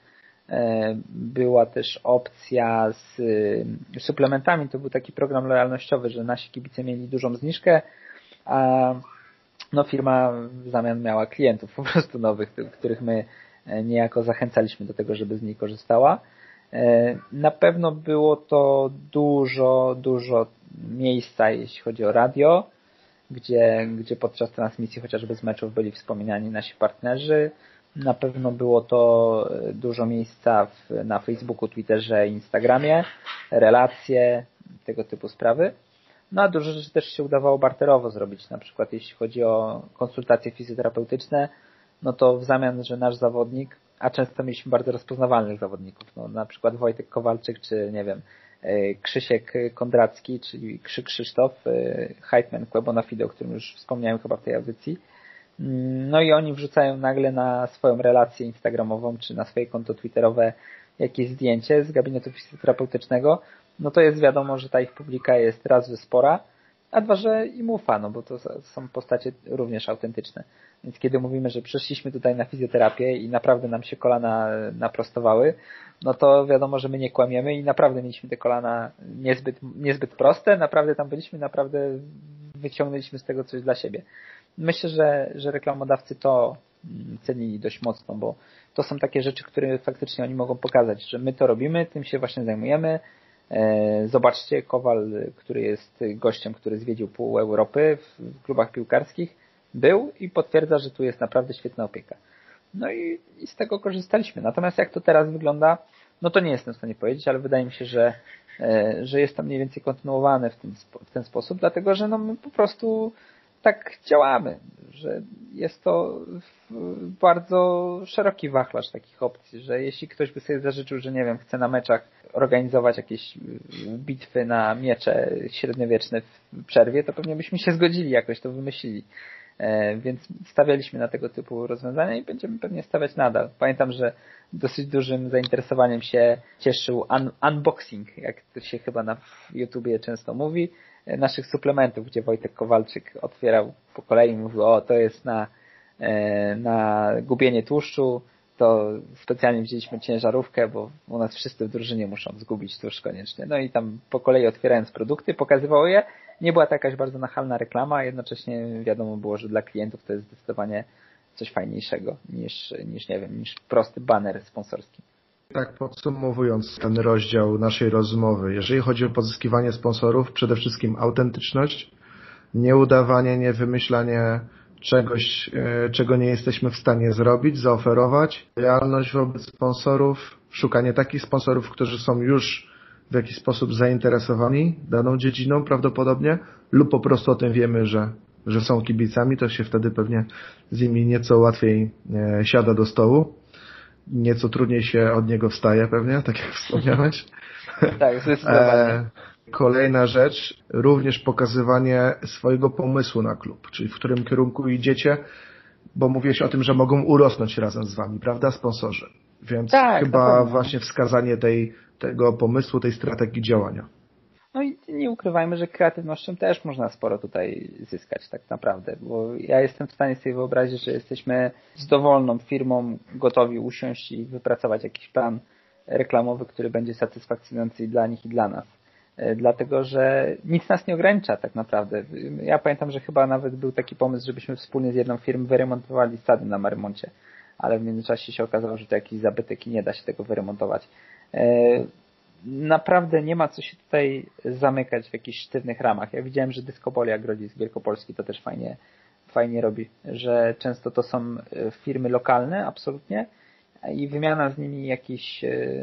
Była też opcja z suplementami, to był taki program lojalnościowy, że nasi kibice mieli dużą zniżkę, a no firma w zamian miała klientów po prostu nowych, których my niejako zachęcaliśmy do tego, żeby z niej korzystała. Na pewno było to dużo, dużo miejsca, jeśli chodzi o radio, gdzie, gdzie podczas transmisji chociażby z meczów byli wspominani nasi partnerzy. Na pewno było to dużo miejsca w, na Facebooku, Twitterze, Instagramie, relacje, tego typu sprawy. No a dużo rzeczy też się udawało barterowo zrobić, na przykład jeśli chodzi o konsultacje fizjoterapeutyczne, no to w zamian, że nasz zawodnik, a często mieliśmy bardzo rozpoznawalnych zawodników, no na przykład Wojtek Kowalczyk, czy nie wiem, Krzysiek Kondracki, czyli Krzy Krzysztof, Hypeman Kłebona Fide, o którym już wspomniałem chyba w tej audycji. No i oni wrzucają nagle na swoją relację instagramową, czy na swoje konto twitterowe jakieś zdjęcie z gabinetu fizjoterapeutycznego, no to jest wiadomo, że ta ich publika jest raz, że spora, a dwa, że im ufa, no bo to są postacie również autentyczne. Więc kiedy mówimy, że przyszliśmy tutaj na fizjoterapię i naprawdę nam się kolana naprostowały, no to wiadomo, że my nie kłamiemy i naprawdę mieliśmy te kolana niezbyt, niezbyt proste, naprawdę tam byliśmy, naprawdę wyciągnęliśmy z tego coś dla siebie. Myślę, że, że reklamodawcy to cenili dość mocno, bo to są takie rzeczy, które faktycznie oni mogą pokazać, że my to robimy, tym się właśnie zajmujemy. Zobaczcie, Kowal, który jest gościem, który zwiedził pół Europy w klubach piłkarskich, był i potwierdza, że tu jest naprawdę świetna opieka. No i, i z tego korzystaliśmy. Natomiast jak to teraz wygląda, no to nie jestem w stanie powiedzieć, ale wydaje mi się, że, że jest to mniej więcej kontynuowane w ten, w ten sposób, dlatego że no my po prostu tak działamy, że jest to bardzo szeroki wachlarz takich opcji, że jeśli ktoś by sobie zażyczył, że nie wiem, chce na meczach organizować jakieś bitwy na miecze średniowieczne w przerwie, to pewnie byśmy się zgodzili, jakoś to wymyślili. Więc stawialiśmy na tego typu rozwiązania i będziemy pewnie stawiać nadal. Pamiętam, że dosyć dużym zainteresowaniem się cieszył un- unboxing, jak to się chyba na YouTubie często mówi, naszych suplementów, gdzie Wojtek Kowalczyk otwierał po kolei i mówił, o to jest na, na gubienie tłuszczu, to specjalnie wzięliśmy ciężarówkę, bo u nas wszyscy w drużynie muszą zgubić tłuszcz koniecznie. No i tam po kolei otwierając produkty, pokazywało je. Nie była to jakaś bardzo nachalna reklama, a jednocześnie wiadomo było, że dla klientów to jest zdecydowanie coś fajniejszego niż, niż nie wiem, niż prosty baner sponsorski. Tak, podsumowując ten rozdział naszej rozmowy, jeżeli chodzi o pozyskiwanie sponsorów, przede wszystkim autentyczność, nieudawanie, nie wymyślanie czegoś, czego nie jesteśmy w stanie zrobić, zaoferować, realność wobec sponsorów, szukanie takich sponsorów, którzy są już w jakiś sposób zainteresowani daną dziedziną prawdopodobnie lub po prostu o tym wiemy, że, że są kibicami, to się wtedy pewnie z nimi nieco łatwiej e, siada do stołu. Nieco trudniej się od niego wstaje pewnie, tak jak wspomniałeś. Tak, zdecydowanie. E, kolejna rzecz, również pokazywanie swojego pomysłu na klub, czyli w którym kierunku idziecie, bo mówiłeś o tym, że mogą urosnąć razem z wami, prawda, sponsorzy? Więc tak, chyba właśnie wskazanie tej, tego pomysłu, tej strategii działania. No i nie ukrywajmy, że kreatywnością też można sporo tutaj zyskać tak naprawdę, bo ja jestem w stanie sobie wyobrazić, że jesteśmy z dowolną firmą gotowi usiąść i wypracować jakiś plan reklamowy, który będzie satysfakcjonujący i dla nich i dla nas. Dlatego, że nic nas nie ogranicza tak naprawdę. Ja pamiętam, że chyba nawet był taki pomysł, żebyśmy wspólnie z jedną firmą wyremontowali stadion na Marymoncie, ale w międzyczasie się okazało, że to jakiś zabytek i nie da się tego wyremontować. Naprawdę nie ma co się tutaj zamykać w jakichś sztywnych ramach. Ja widziałem, że Dyskopolia Grodzisk z Wielkopolski to też fajnie, fajnie robi, że często to są firmy lokalne absolutnie i wymiana z nimi jakichś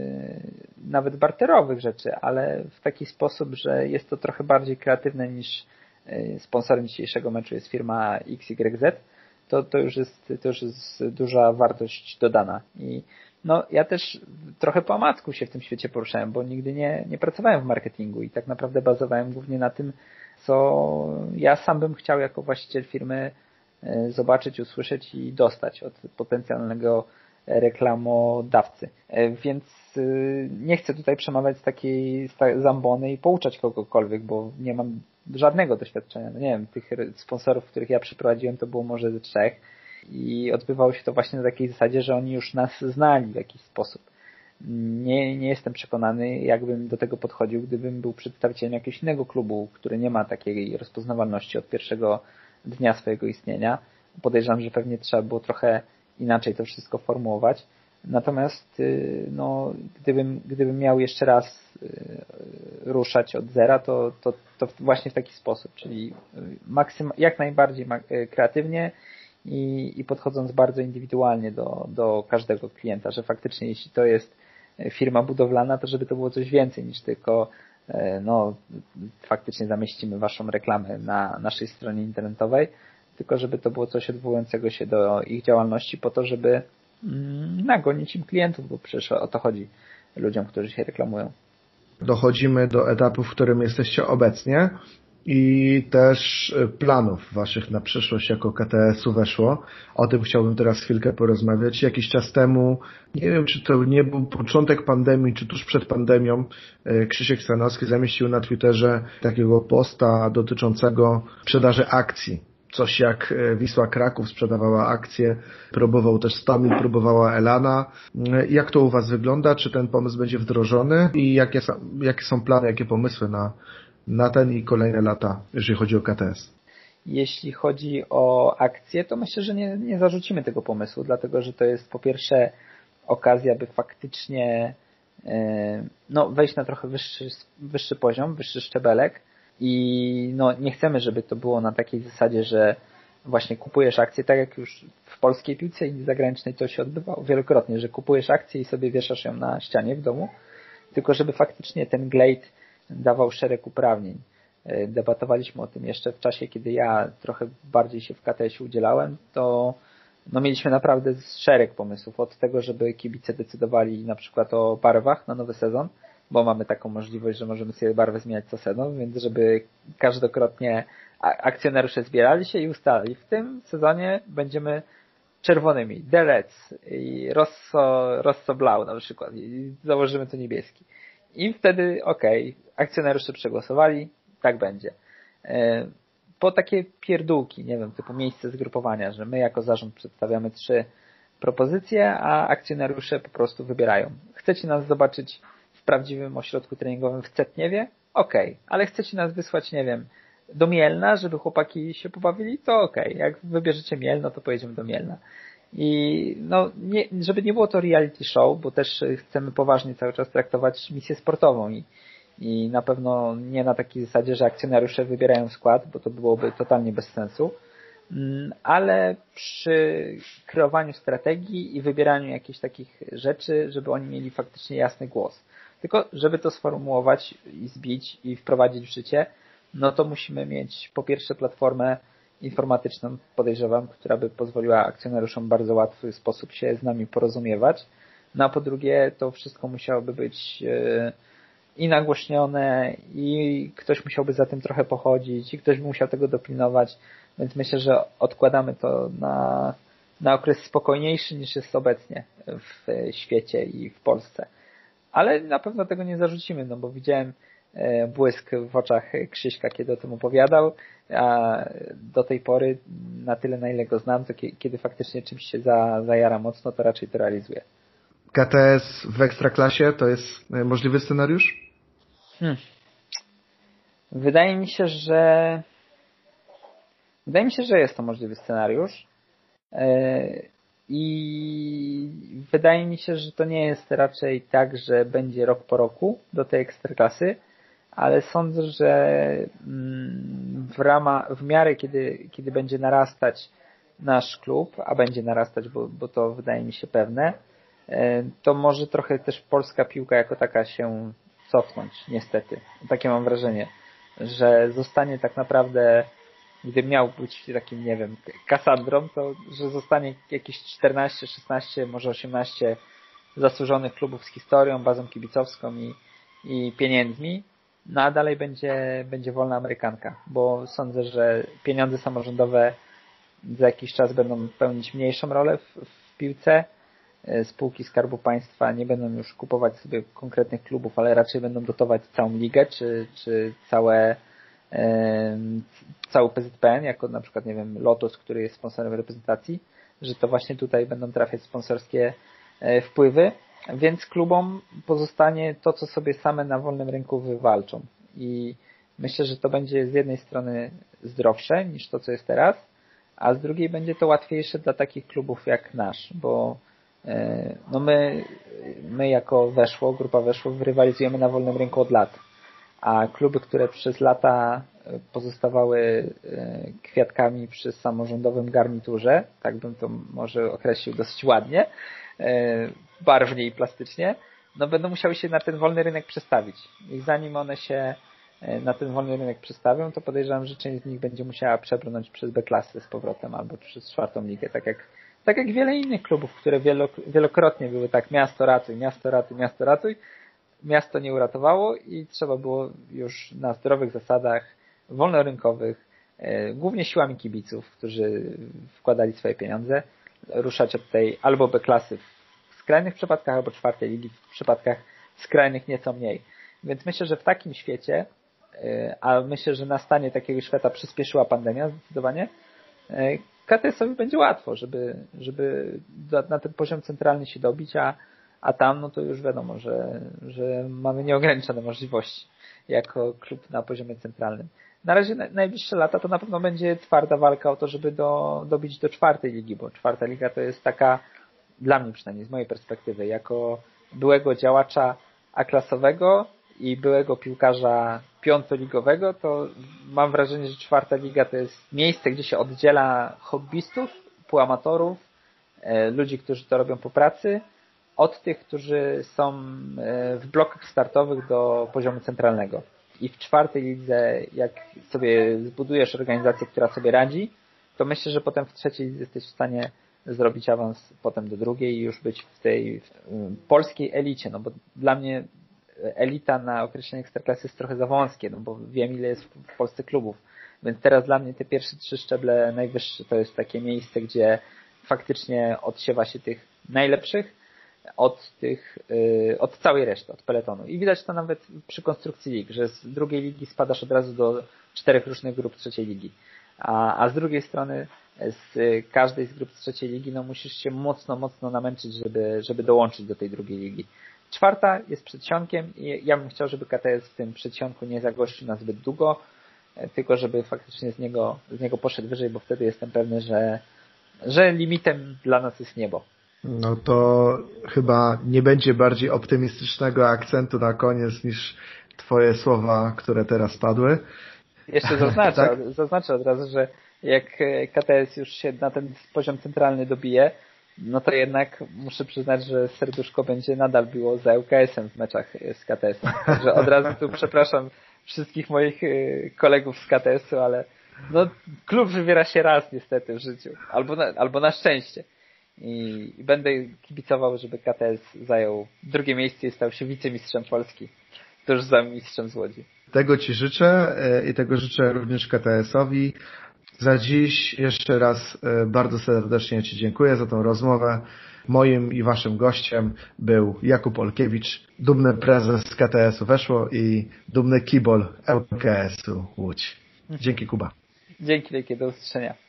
nawet barterowych rzeczy, ale w taki sposób, że jest to trochę bardziej kreatywne niż sponsorem dzisiejszego meczu jest firma X Y Z, to, to, już jest, to już jest duża wartość dodana. I no, ja też trochę po omacku się w tym świecie poruszałem, bo nigdy nie, nie pracowałem w marketingu i tak naprawdę bazowałem głównie na tym, co ja sam bym chciał jako właściciel firmy zobaczyć, usłyszeć i dostać od potencjalnego reklamodawcy. Więc nie chcę tutaj przemawiać z takiej zambony i pouczać kogokolwiek, bo nie mam żadnego doświadczenia. No nie wiem, tych sponsorów, których ja przyprowadziłem, to było może ze trzech i odbywało się to właśnie na takiej zasadzie, że oni już nas znali w jakiś sposób. Nie, nie jestem przekonany, jakbym do tego podchodził, gdybym był przedstawicielem jakiegoś innego klubu, który nie ma takiej rozpoznawalności od pierwszego dnia swojego istnienia. Podejrzewam, że pewnie trzeba było trochę inaczej to wszystko formułować. Natomiast no, gdybym, gdybym miał jeszcze raz ruszać od zera, to, to, to właśnie w taki sposób, czyli maksym, jak najbardziej kreatywnie i, i podchodząc bardzo indywidualnie do, do każdego klienta, że faktycznie jeśli to jest firma budowlana, to żeby to było coś więcej niż tylko no, faktycznie zamieścimy waszą reklamę na naszej stronie internetowej, tylko żeby to było coś odwołującego się do ich działalności po to, żeby nagonić im klientów, bo przecież o to chodzi ludziom, którzy się reklamują. Dochodzimy do etapu, w którym jesteście obecnie i też planów waszych na przyszłość jako K T S-u weszło. O tym chciałbym teraz chwilkę porozmawiać. Jakiś czas temu, nie wiem czy to nie był początek pandemii, czy tuż przed pandemią, Krzysiek Stanowski zamieścił na Twitterze takiego posta dotyczącego sprzedaży akcji. Coś jak Wisła Kraków sprzedawała akcje, próbował też Stamil, próbowała Elana. Jak to u was wygląda? Czy ten pomysł będzie wdrożony? I jakie są, jakie są plany, jakie pomysły na, na ten i kolejne lata, jeżeli chodzi o K T S? Jeśli chodzi o akcje, to myślę, że nie, nie zarzucimy tego pomysłu, dlatego że to jest po pierwsze okazja, by faktycznie no, wejść na trochę wyższy, wyższy poziom, wyższy szczebelek. I no nie chcemy, żeby to było na takiej zasadzie, że właśnie kupujesz akcje, tak jak już w polskiej piłce i zagranicznej to się odbywało wielokrotnie, że kupujesz akcję i sobie wieszasz ją na ścianie w domu, tylko żeby faktycznie ten Glade dawał szereg uprawnień. Debatowaliśmy o tym jeszcze w czasie, kiedy ja trochę bardziej się w K T S-ie udzielałem, to no mieliśmy naprawdę szereg pomysłów, od tego, żeby kibice decydowali na przykład o barwach na nowy sezon, bo mamy taką możliwość, że możemy sobie barwę zmieniać co sezon, więc żeby każdokrotnie akcjonariusze zbierali się i ustalali, w tym sezonie będziemy czerwonymi, The Reds i Rosso, Rosso Blau na przykład i założymy to niebieski. I wtedy okej, okay, akcjonariusze przegłosowali, tak będzie. Po takie pierdółki, nie wiem, typu miejsce zgrupowania, że my jako zarząd przedstawiamy trzy propozycje, a akcjonariusze po prostu wybierają. Chcecie nas zobaczyć w prawdziwym ośrodku treningowym w Cetniewie? Okej, okay. Ale chcecie nas wysłać, nie wiem, do Mielna, żeby chłopaki się pobawili? To okej. Okay. Jak wybierzecie Mielno, to pojedziemy do Mielna. I no, nie, żeby nie było to reality show, bo też chcemy poważnie cały czas traktować misję sportową i, i na pewno nie na takiej zasadzie, że akcjonariusze wybierają skład, bo to byłoby totalnie bez sensu, ale przy kreowaniu strategii i wybieraniu jakichś takich rzeczy, żeby oni mieli faktycznie jasny głos. Tylko żeby to sformułować i zbić i wprowadzić w życie, no to musimy mieć po pierwsze platformę informatyczną, podejrzewam, która by pozwoliła akcjonariuszom w bardzo łatwy sposób się z nami porozumiewać. No a po drugie to wszystko musiałoby być i nagłośnione, i ktoś musiałby za tym trochę pochodzić, i ktoś by musiał tego dopilnować, więc myślę, że odkładamy to na, na okres spokojniejszy niż jest obecnie w świecie i w Polsce. Ale na pewno tego nie zarzucimy, no bo widziałem błysk w oczach Krzyśka, kiedy o tym opowiadał, a do tej pory, na tyle na ile go znam, to kiedy faktycznie czymś się za, zajara mocno, to raczej to realizuje. K T S w Ekstraklasie to jest możliwy scenariusz? Hmm. Wydaje mi się, że wydaje mi się, że jest to możliwy scenariusz i wydaje mi się, że to nie jest raczej tak, że będzie rok po roku do tej Ekstraklasy, ale sądzę, że w ramach, w miarę kiedy, kiedy będzie narastać nasz klub, a będzie narastać, bo, bo to wydaje mi się pewne, to może trochę też polska piłka jako taka się cofnąć, niestety. Takie mam wrażenie, że zostanie tak naprawdę, gdy miał być takim, nie wiem, Kassandrą, to że zostanie jakieś czternaście, szesnaście, może osiemnaście zasłużonych klubów z historią, bazą kibicowską i, i pieniędzmi, no a dalej będzie, będzie wolna amerykanka, bo sądzę, że pieniądze samorządowe za jakiś czas będą pełnić mniejszą rolę w, w piłce. Spółki Skarbu Państwa nie będą już kupować sobie konkretnych klubów, ale raczej będą dotować całą ligę, czy, czy całe, e, cały P Z P N, jako na przykład, nie wiem, Lotos, który jest sponsorem reprezentacji, że to właśnie tutaj będą trafiać sponsorskie e, wpływy, więc klubom pozostanie to, co sobie same na wolnym rynku wywalczą. I myślę, że to będzie z jednej strony zdrowsze niż to, co jest teraz, a z drugiej będzie to łatwiejsze dla takich klubów jak nasz, bo no my, my jako Weszło, grupa Weszło, rywalizujemy na wolnym rynku od lat, a kluby, które przez lata pozostawały kwiatkami przy samorządowym garniturze, tak bym to może określił dosyć ładnie, barwnie i plastycznie, no będą musiały się na ten wolny rynek przestawić. I zanim one się na ten wolny rynek przestawią, to podejrzewam, że część z nich będzie musiała przebrnąć przez B-klasy z powrotem albo przez czwartą ligę, tak jak Tak jak wiele innych klubów, które wielokrotnie były tak, miasto ratuj, miasto ratuj, miasto ratuj, miasto nie uratowało i trzeba było już na zdrowych zasadach wolnorynkowych, e, głównie siłami kibiców, którzy wkładali swoje pieniądze, ruszać od tej albo B-klasy w skrajnych przypadkach, albo czwartej ligi w przypadkach skrajnych nieco mniej. Więc myślę, że w takim świecie, e, a myślę, że nastanie takiego świata przyspieszyła pandemia zdecydowanie, e, K T S-owi będzie łatwo, żeby, żeby na ten poziom centralny się dobić, a, a tam no to już wiadomo, że, że mamy nieograniczone możliwości jako klub na poziomie centralnym. Na razie na, najbliższe lata to na pewno będzie twarda walka o to, żeby do, dobić do czwartej ligi, bo czwarta liga to jest taka, dla mnie przynajmniej z mojej perspektywy, jako byłego działacza A-klasowego i byłego piłkarza piątoligowego, to mam wrażenie, że czwarta liga to jest miejsce, gdzie się oddziela hobbystów, półamatorów, ludzi, którzy to robią po pracy, od tych, którzy są w blokach startowych do poziomu centralnego. I w czwartej lidze, jak sobie zbudujesz organizację, która sobie radzi, to myślę, że potem w trzeciej lidze jesteś w stanie zrobić awans potem do drugiej i już być w tej polskiej elicie, no bo dla mnie elita na określenie Ekstraklasy jest trochę za wąskie, no bo wiem ile jest w Polsce klubów. Więc teraz dla mnie te pierwsze trzy szczeble najwyższe to jest takie miejsce, gdzie faktycznie odsiewa się tych najlepszych od tych, yy, od całej reszty, od peletonu. I widać to nawet przy konstrukcji lig, że z drugiej ligi spadasz od razu do czterech różnych grup trzeciej ligi. A, a z drugiej strony z każdej z grup z trzeciej ligi no musisz się mocno, mocno namęczyć, żeby, żeby dołączyć do tej drugiej ligi. Czwarta jest przedsionkiem i ja bym chciał, żeby K T S w tym przedsionku nie zagościł na zbyt długo, tylko żeby faktycznie z niego, z niego poszedł wyżej, bo wtedy jestem pewny, że, że limitem dla nas jest niebo. No to chyba nie będzie bardziej optymistycznego akcentu na koniec niż twoje słowa, które teraz padły. Jeszcze zaznaczę, tak? zaznaczę od razu, że jak K T S już się na ten poziom centralny dobije, no to jednak muszę przyznać, że serduszko będzie nadal biło za L K S-em w meczach z K T S-em. Także od razu tu przepraszam wszystkich moich kolegów z K T S-u, ale no klub wybiera się raz niestety w życiu. Albo na, albo na szczęście. I, I będę kibicował, żeby K T S zajął drugie miejsce i stał się wicemistrzem Polski. Tuż za mistrzem z Łodzi. Tego Ci życzę i tego życzę również K T S-owi. Za dziś jeszcze raz bardzo serdecznie Ci dziękuję za tą rozmowę. Moim i Waszym gościem był Jakub Olkiewicz, dumny prezes K T S-u Weszło i dumny kibol L K S-u Łódź. Dzięki, Kuba. Dzięki wielkie, do usłyszenia.